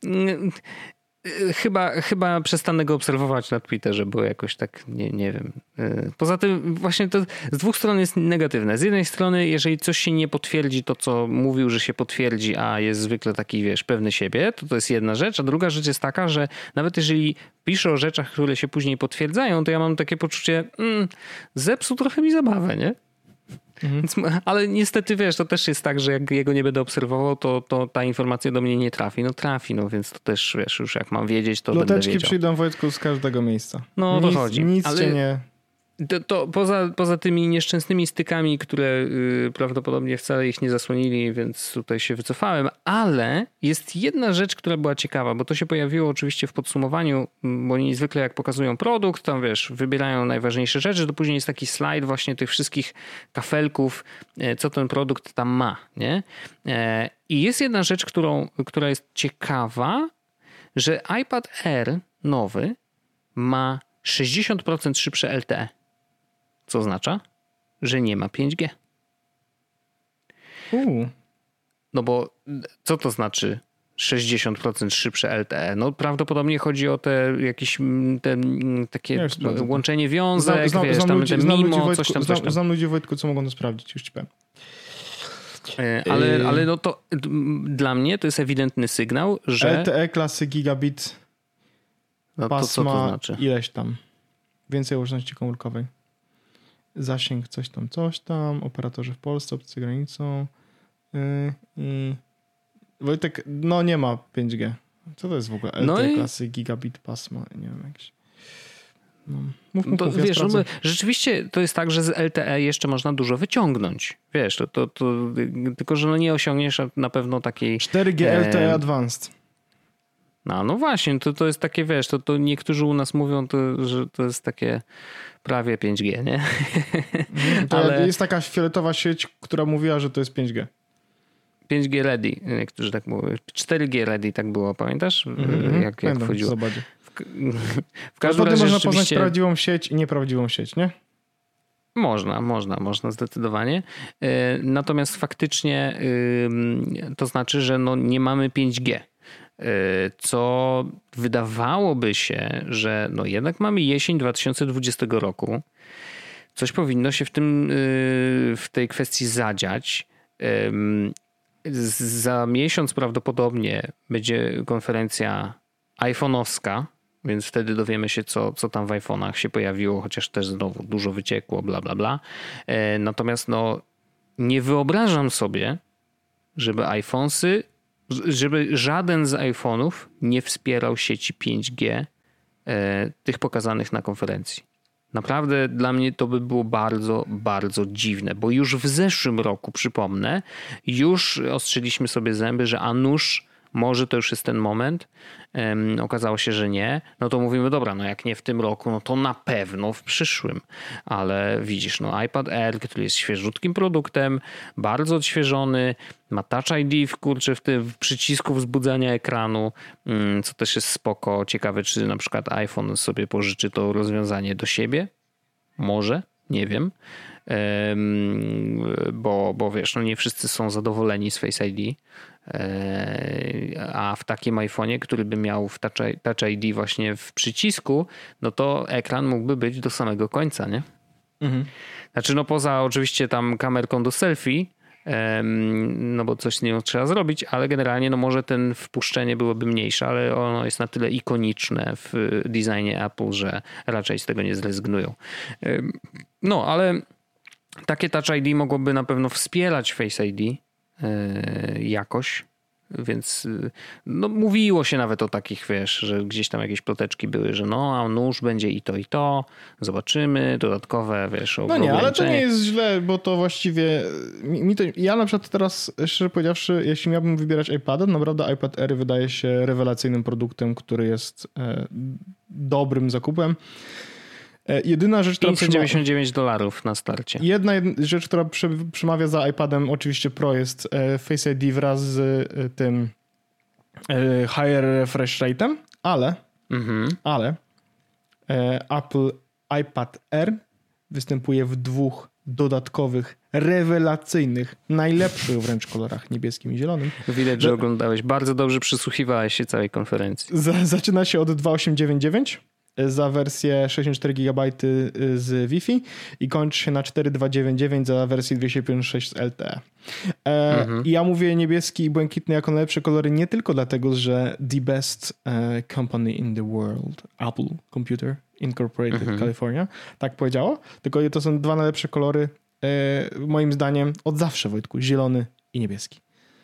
Chyba przestanę go obserwować na Twitterze, bo jakoś tak nie wiem. Poza tym właśnie to z dwóch stron jest negatywne. Z jednej strony, jeżeli coś się nie potwierdzi, to co mówił, że się potwierdzi, a jest zwykle taki, wiesz, pewny siebie, to jest jedna rzecz, a druga rzecz jest taka, że nawet jeżeli pisze o rzeczach, które się później potwierdzają, to ja mam takie poczucie, zepsuł trochę mi zabawę, nie? Ale niestety wiesz, to też jest tak, że jak jego nie będę obserwował, to ta informacja do mnie nie trafi. No trafi, no więc to też wiesz, już jak mam wiedzieć, to będę wiedział. Loteczki przyjdą, Wojtku, z każdego miejsca. No to chodzi. Nic cię nie... To poza tymi nieszczęsnymi stykami, które prawdopodobnie wcale ich nie zasłonili, więc tutaj się wycofałem, ale jest jedna rzecz, która była ciekawa, bo to się pojawiło oczywiście w podsumowaniu, bo oni zwykle jak pokazują produkt, tam wiesz, wybierają najważniejsze rzeczy, to później jest taki slajd właśnie tych wszystkich kafelków, co ten produkt tam ma, nie? I jest jedna rzecz, która jest ciekawa, że iPad Air nowy ma 60% szybsze LTE. Co oznacza, że nie ma 5G. No bo co to znaczy 60% szybsze LTE? No prawdopodobnie chodzi o te jakieś takie łączenie wiązek, Znam ludzi, Wojtku, co mogą to sprawdzić, już ci powiem. Ale no to dla mnie to jest ewidentny sygnał, że... LTE klasy gigabit pasma, to co to znaczy? Ileś tam. Więcej łączności komórkowej. Zasięg coś tam. Operatorzy w Polsce, obcy za granicą. Wojtek, no nie ma 5G. Co to jest w ogóle LTE klasy gigabit pasma? Nie wiem, jakieś... Mów, wiesz, rzeczywiście to jest tak, że z LTE jeszcze można dużo wyciągnąć. Wiesz, to tylko że nie osiągniesz na pewno takiej... 4G LTE Advanced. No właśnie, to jest takie, wiesz, to niektórzy u nas mówią, że to jest takie prawie 5G, nie? Ale jest taka fioletowa sieć, która mówiła, że to jest 5G. 5G ready, niektórzy tak mówią. 4G ready tak było, pamiętasz? Jak wchodziło. W każdym razie można poznać prawdziwą sieć i nieprawdziwą sieć, nie? Można zdecydowanie. Natomiast faktycznie to znaczy, że nie mamy 5G. Co wydawałoby się, że jednak mamy jesień 2020 roku. Coś powinno się w tej kwestii zadziać. Za miesiąc prawdopodobnie będzie konferencja iPhone'owska, więc wtedy dowiemy się, co tam w iPhone'ach się pojawiło, chociaż też znowu dużo wyciekło, bla, bla, bla. Natomiast nie wyobrażam sobie, żeby żaden z iPhone'ów nie wspierał sieci 5G tych pokazanych na konferencji. Naprawdę dla mnie to by było bardzo, bardzo dziwne, bo już w zeszłym roku, przypomnę, już ostrzyliśmy sobie zęby, że a nuż może to już jest ten moment. Okazało się, że nie. No to mówimy, dobra, jak nie w tym roku, no to na pewno w przyszłym. Ale widzisz, iPad Air, który jest świeżutkim produktem, bardzo odświeżony, ma Touch ID w tym przycisku wzbudzania ekranu, co też jest spoko. Ciekawe, czy na przykład iPhone sobie pożyczy to rozwiązanie do siebie. Może, nie wiem. Bo wiesz, nie wszyscy są zadowoleni z Face ID. A w takim iPhone'ie, który by miał w Touch ID właśnie w przycisku, no to ekran mógłby być do samego końca, nie? Mhm. Znaczy poza oczywiście tam kamerką do selfie, bo coś z nią trzeba zrobić, ale generalnie może ten wpuszczenie byłoby mniejsze, ale ono jest na tyle ikoniczne w designie Apple, że raczej z tego nie zrezygnują. Ale takie Touch ID mogłoby na pewno wspierać Face ID jakoś, więc mówiło się nawet o takich, wiesz, że gdzieś tam jakieś ploteczki były, że a nóż będzie i to, zobaczymy, dodatkowe, wiesz, nie, ale to nie jest źle, bo to właściwie ja na przykład teraz, szczerze powiedziawszy, jeśli miałbym wybierać iPada, naprawdę iPad Air wydaje się rewelacyjnym produktem, który jest dobrym zakupem. Jedyna rzecz, która $599 na starcie. Jedna rzecz, która przemawia za iPadem, oczywiście Pro, jest Face ID wraz z tym higher refresh rate'em, ale Apple iPad Air występuje w dwóch dodatkowych, rewelacyjnych, najlepszych wręcz kolorach, niebieskim i zielonym. Widać, że oglądałeś. Bardzo dobrze przysłuchiwałeś się całej konferencji. Zaczyna się od 2899 za wersję 64 GB z Wi-Fi i kończy się na 4299 za wersję 256 LTE. I ja mówię niebieski i błękitny jako najlepsze kolory nie tylko dlatego, że the best company in the world, Apple Computer Incorporated California, tak powiedziało, tylko to są dwa najlepsze kolory moim zdaniem od zawsze, Wojtku, zielony i niebieski.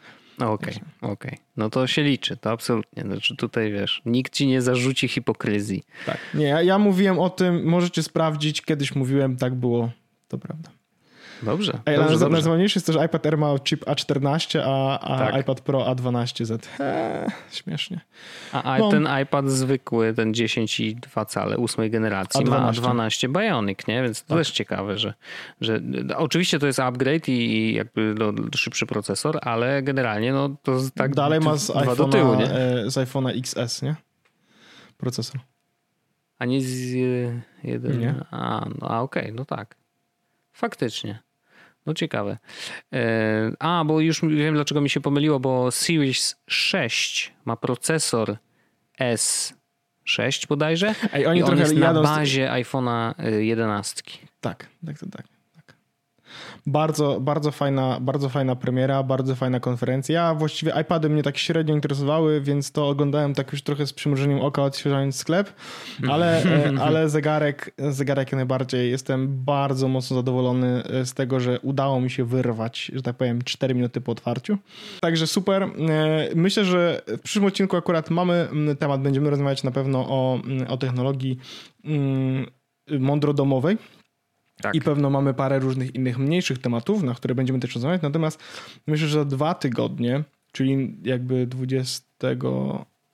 Okej. No to się liczy, to absolutnie. Znaczy tutaj wiesz, nikt ci nie zarzuci hipokryzji. Tak. Nie, ja mówiłem o tym, możecie sprawdzić, kiedyś mówiłem, tak było, to prawda. Dobrze. Najważniejsze jest to, że iPad Air ma chip A14, a tak. iPad Pro A12Z. Śmiesznie. A ten iPad zwykły, ten 10,2 cale 8 generacji ma A12 Bionic, nie? Więc to też ciekawe, że oczywiście to jest upgrade i jakby szybszy procesor, ale generalnie to tak dalej ma z iPhone'a XS, nie? Procesor. A nie z jeden. Nie. Okej, no tak. Faktycznie. No ciekawe. Bo już wiem, dlaczego mi się pomyliło, bo Series 6 ma procesor S6 bodajże. Oni i on jest na bazie iPhone'a 11. Tak. Bardzo fajna premiera, bardzo fajna konferencja. Właściwie iPady mnie tak średnio interesowały, więc to oglądałem tak już trochę z przymrużeniem oka, odświeżając sklep, ale zegarek jak najbardziej. Jestem bardzo mocno zadowolony z tego, że udało mi się wyrwać, że tak powiem, 4 minuty po otwarciu. Także super. Myślę, że w przyszłym odcinku akurat mamy temat, będziemy rozmawiać na pewno o technologii mądrodomowej. Tak. I pewno mamy parę różnych innych mniejszych tematów, na które będziemy też rozmawiać. Natomiast myślę, że za 2 tygodnie, czyli jakby 20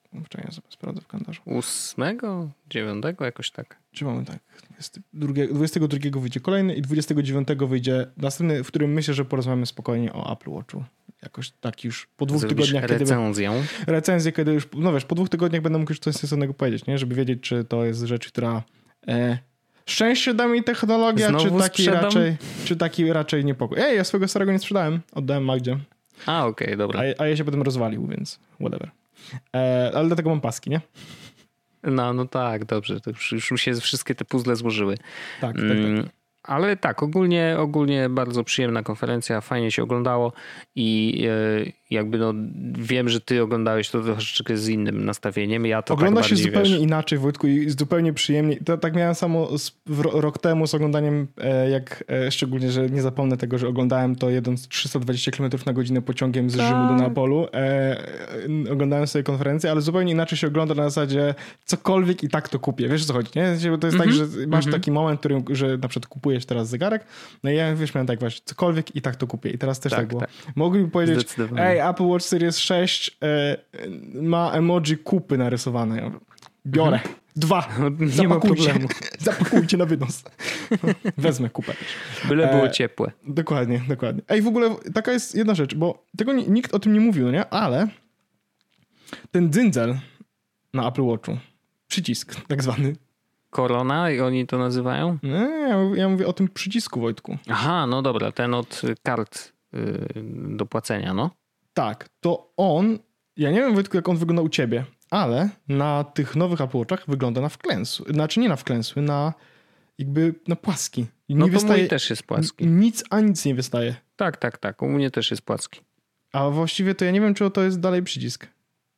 Wczoraj ja sobie sprawdzę w kalendarzu. 8, 9, jakoś tak. Czy mamy tak? 22 wyjdzie kolejny i 29 wyjdzie następny, w którym myślę, że porozmawiamy spokojnie o Apple Watchu. Jakoś tak już po 2 tygodniach. Recenzję, kiedy już, no wiesz, po 2 tygodniach będę mógł już coś sensownego powiedzieć, nie? Żeby wiedzieć, czy to jest rzecz, która szczęście da mi technologia, czy taki raczej niepokój. Ja swojego starego nie sprzedałem, oddałem Magdzie. Okej, dobra. A ja się potem rozwalił, więc whatever. Ale dlatego mam paski, nie? No tak, dobrze. To już się wszystkie te puzzle złożyły. Tak. Ale tak, ogólnie bardzo przyjemna konferencja, fajnie się oglądało i jakby wiem, że ty oglądałeś to troszeczkę z innym nastawieniem. Ja to ogląda tak się zupełnie inaczej, Wojtku, i zupełnie przyjemniej. To tak miałem samo rok temu z oglądaniem, szczególnie, że nie zapomnę tego, że oglądałem to jedąc 320 km na godzinę pociągiem z Rzymu do Neapolu. Oglądałem sobie konferencję, ale zupełnie inaczej się ogląda na zasadzie cokolwiek i tak to kupię. Wiesz, o co chodzi, nie? Bo to jest tak, że masz taki moment, że na przykład kupujesz teraz zegarek, no i ja miałem tak właśnie, cokolwiek i tak to kupię. I teraz też tak było. Tak. Mogliby powiedzieć, Apple Watch Series 6 ma emoji kupy narysowane. Ja biorę. 2. Nie ma problemu. Zapakujcie na wynos. Wezmę kupę. Byle było ciepłe. Dokładnie. Ej, w ogóle taka jest jedna rzecz, bo tego nikt o tym nie mówił, nie? Ale ten dzyndzel na Apple Watchu, przycisk tak zwany. Korona i oni to nazywają? Nie, ja mówię o tym przycisku, Wojtku. Aha, no dobra, ten od kart do płacenia, no. Tak, to on, ja nie wiem, Wojtku, jak on wygląda u ciebie, ale na tych nowych Apple Watchach wygląda na wklęsły. Znaczy nie na wklęsły, na płaski. No to mój też jest płaski. Nic nie wystaje. Tak, u mnie też jest płaski. A właściwie to ja nie wiem, czy to jest dalej przycisk.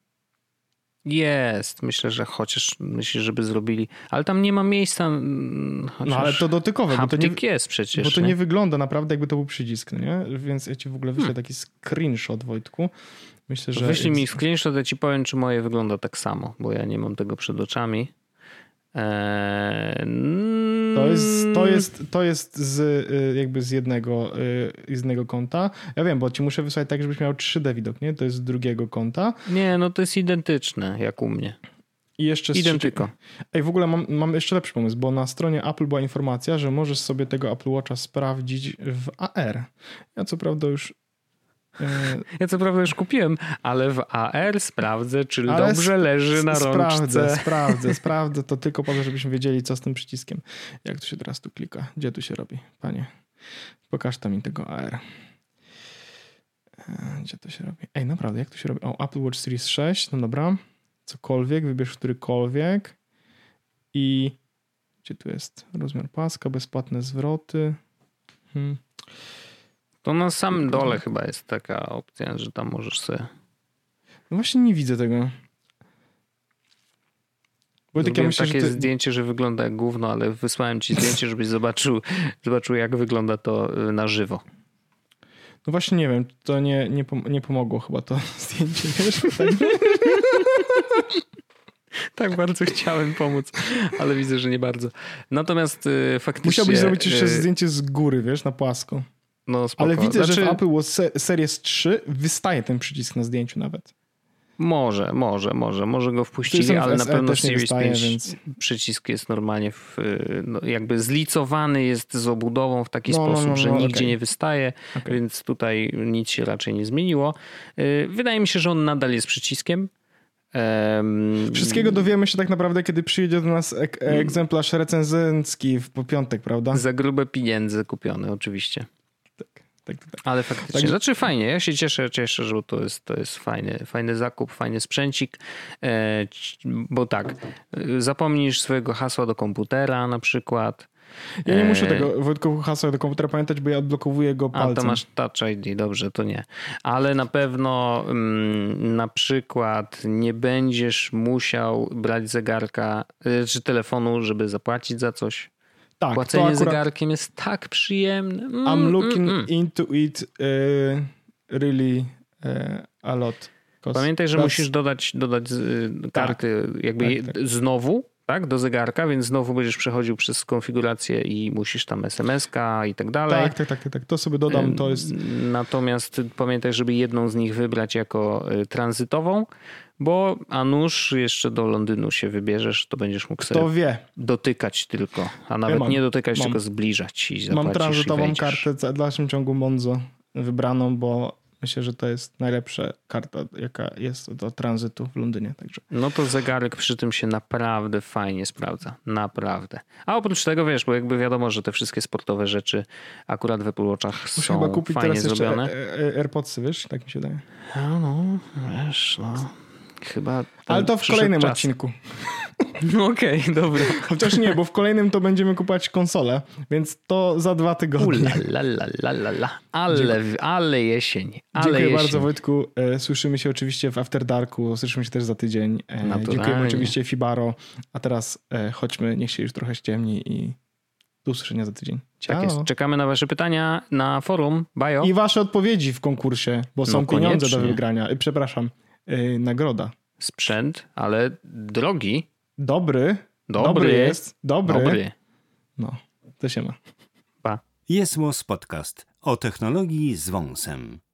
Jest. Myślę, żeby zrobili. Ale tam nie ma miejsca. No ale to dotykowe. Haptyk jest przecież. Bo to nie wygląda naprawdę, jakby to był przycisk, nie? Więc ja ci w ogóle wyślę taki screenshot, Wojtku. Myślę, że... Wyślij mi screenshot, ja ci powiem, czy moje wygląda tak samo, bo ja nie mam tego przed oczami. To jest z jednego konta. Ja wiem, bo ci muszę wysłać tak, żebyś miał 3D widok, nie? To jest z drugiego konta. Nie, no to jest identyczne, jak u mnie. I jeszcze Identyko. Ej, w ogóle mam jeszcze lepszy pomysł, bo na stronie Apple była informacja, że możesz sobie tego Apple Watcha sprawdzić w AR. Ja co prawda już kupiłem, ale w AR sprawdzę, czy dobrze leży na rączce. Sprawdzę to tylko po to, żebyśmy wiedzieli, co z tym przyciskiem. Jak to się teraz tu klika? Gdzie tu się robi? Panie, pokaż tam mi tego AR. Gdzie to się robi? Ej, naprawdę, jak to się robi? O, Apple Watch Series 6, no dobra. Cokolwiek, wybierz którykolwiek. I gdzie tu jest rozmiar paska, bezpłatne zwroty. To na samym dole chyba jest taka opcja, że tam możesz sobie... No właśnie nie widzę tego. Zrobiłem takie zdjęcie, że wygląda jak gówno, ale wysłałem ci zdjęcie, żebyś zobaczył jak wygląda to na żywo. No właśnie nie wiem, to nie pomogło chyba to zdjęcie. Wiesz? Tak bardzo chciałem pomóc, ale widzę, że nie bardzo. Natomiast faktycznie... Musiałbyś zrobić jeszcze zdjęcie z góry, wiesz, na płasko. No spoko. Ale widzę, że w Apple Watch Series 3 wystaje ten przycisk na zdjęciu nawet. Może go wpuścili, ale na pewno Series 5 więc... przycisk jest normalnie jakby zlicowany jest z obudową w taki sposób, że nigdzie nie wystaje, więc tutaj nic się raczej nie zmieniło. Wydaje mi się, że on nadal jest przyciskiem. Wszystkiego dowiemy się tak naprawdę, kiedy przyjedzie do nas egzemplarz recenzencki w piątek, prawda? Za grube pieniędzy kupiony oczywiście. Tak. Ale faktycznie, znaczy fajnie, ja się cieszę, że to jest fajny zakup, fajny sprzęcik, bo tak, zapomnisz swojego hasła do komputera na przykład. Ja nie muszę tego Wojtku hasła do komputera pamiętać, bo ja odblokowuję go palcem. A to masz Touch ID, dobrze, to nie. Ale na pewno na przykład nie będziesz musiał brać zegarka czy telefonu, żeby zapłacić za coś. Tak, płacenie zegarkiem jest tak przyjemne. I'm looking into it really a lot. Pamiętaj, że musisz dodać karty jakby znowu tak, do zegarka, więc znowu będziesz przechodził przez konfigurację i musisz tam SMS-ka i tak dalej. Tak. To sobie dodam, to jest... Natomiast pamiętaj, żeby jedną z nich wybrać jako tranzytową, bo a nuż jeszcze do Londynu się wybierzesz, to będziesz mógł sobie dotykać tylko, a nawet nie dotykać, tylko zbliżać i zapłacisz. Mam tranzytową kartę w dalszym ciągu Monzo wybraną, bo myślę, że to jest najlepsza karta, jaka jest do tranzytu w Londynie. Także. No to zegarek przy tym się naprawdę fajnie sprawdza. Naprawdę. A oprócz tego, wiesz, bo jakby wiadomo, że te wszystkie sportowe rzeczy akurat w Apple Watchach są chyba kupić fajnie teraz zrobione. AirPodsy, wiesz? Tak mi się wydaje. Wiesz, chyba... Ale to w kolejnym odcinku. Okej, dobra. Chociaż nie, bo w kolejnym to będziemy kupować konsolę, więc to za 2 tygodnie. Ale jesień. Dziękuję bardzo, Wojtku. Słyszymy się oczywiście w After Darku. Słyszymy się też za tydzień. Dziękujemy oczywiście Fibaro. A teraz chodźmy, niech się już trochę ściemni i do usłyszenia za tydzień. Ciao. Tak jest. Czekamy na wasze pytania na forum. Bajo. I wasze odpowiedzi w konkursie, bo są pieniądze do wygrania. Przepraszam, nagroda. Sprzęt, ale drogi. Dobry jest. Dobry. No, to się ma. Pa. Jest Podcast o technologii z wąsem.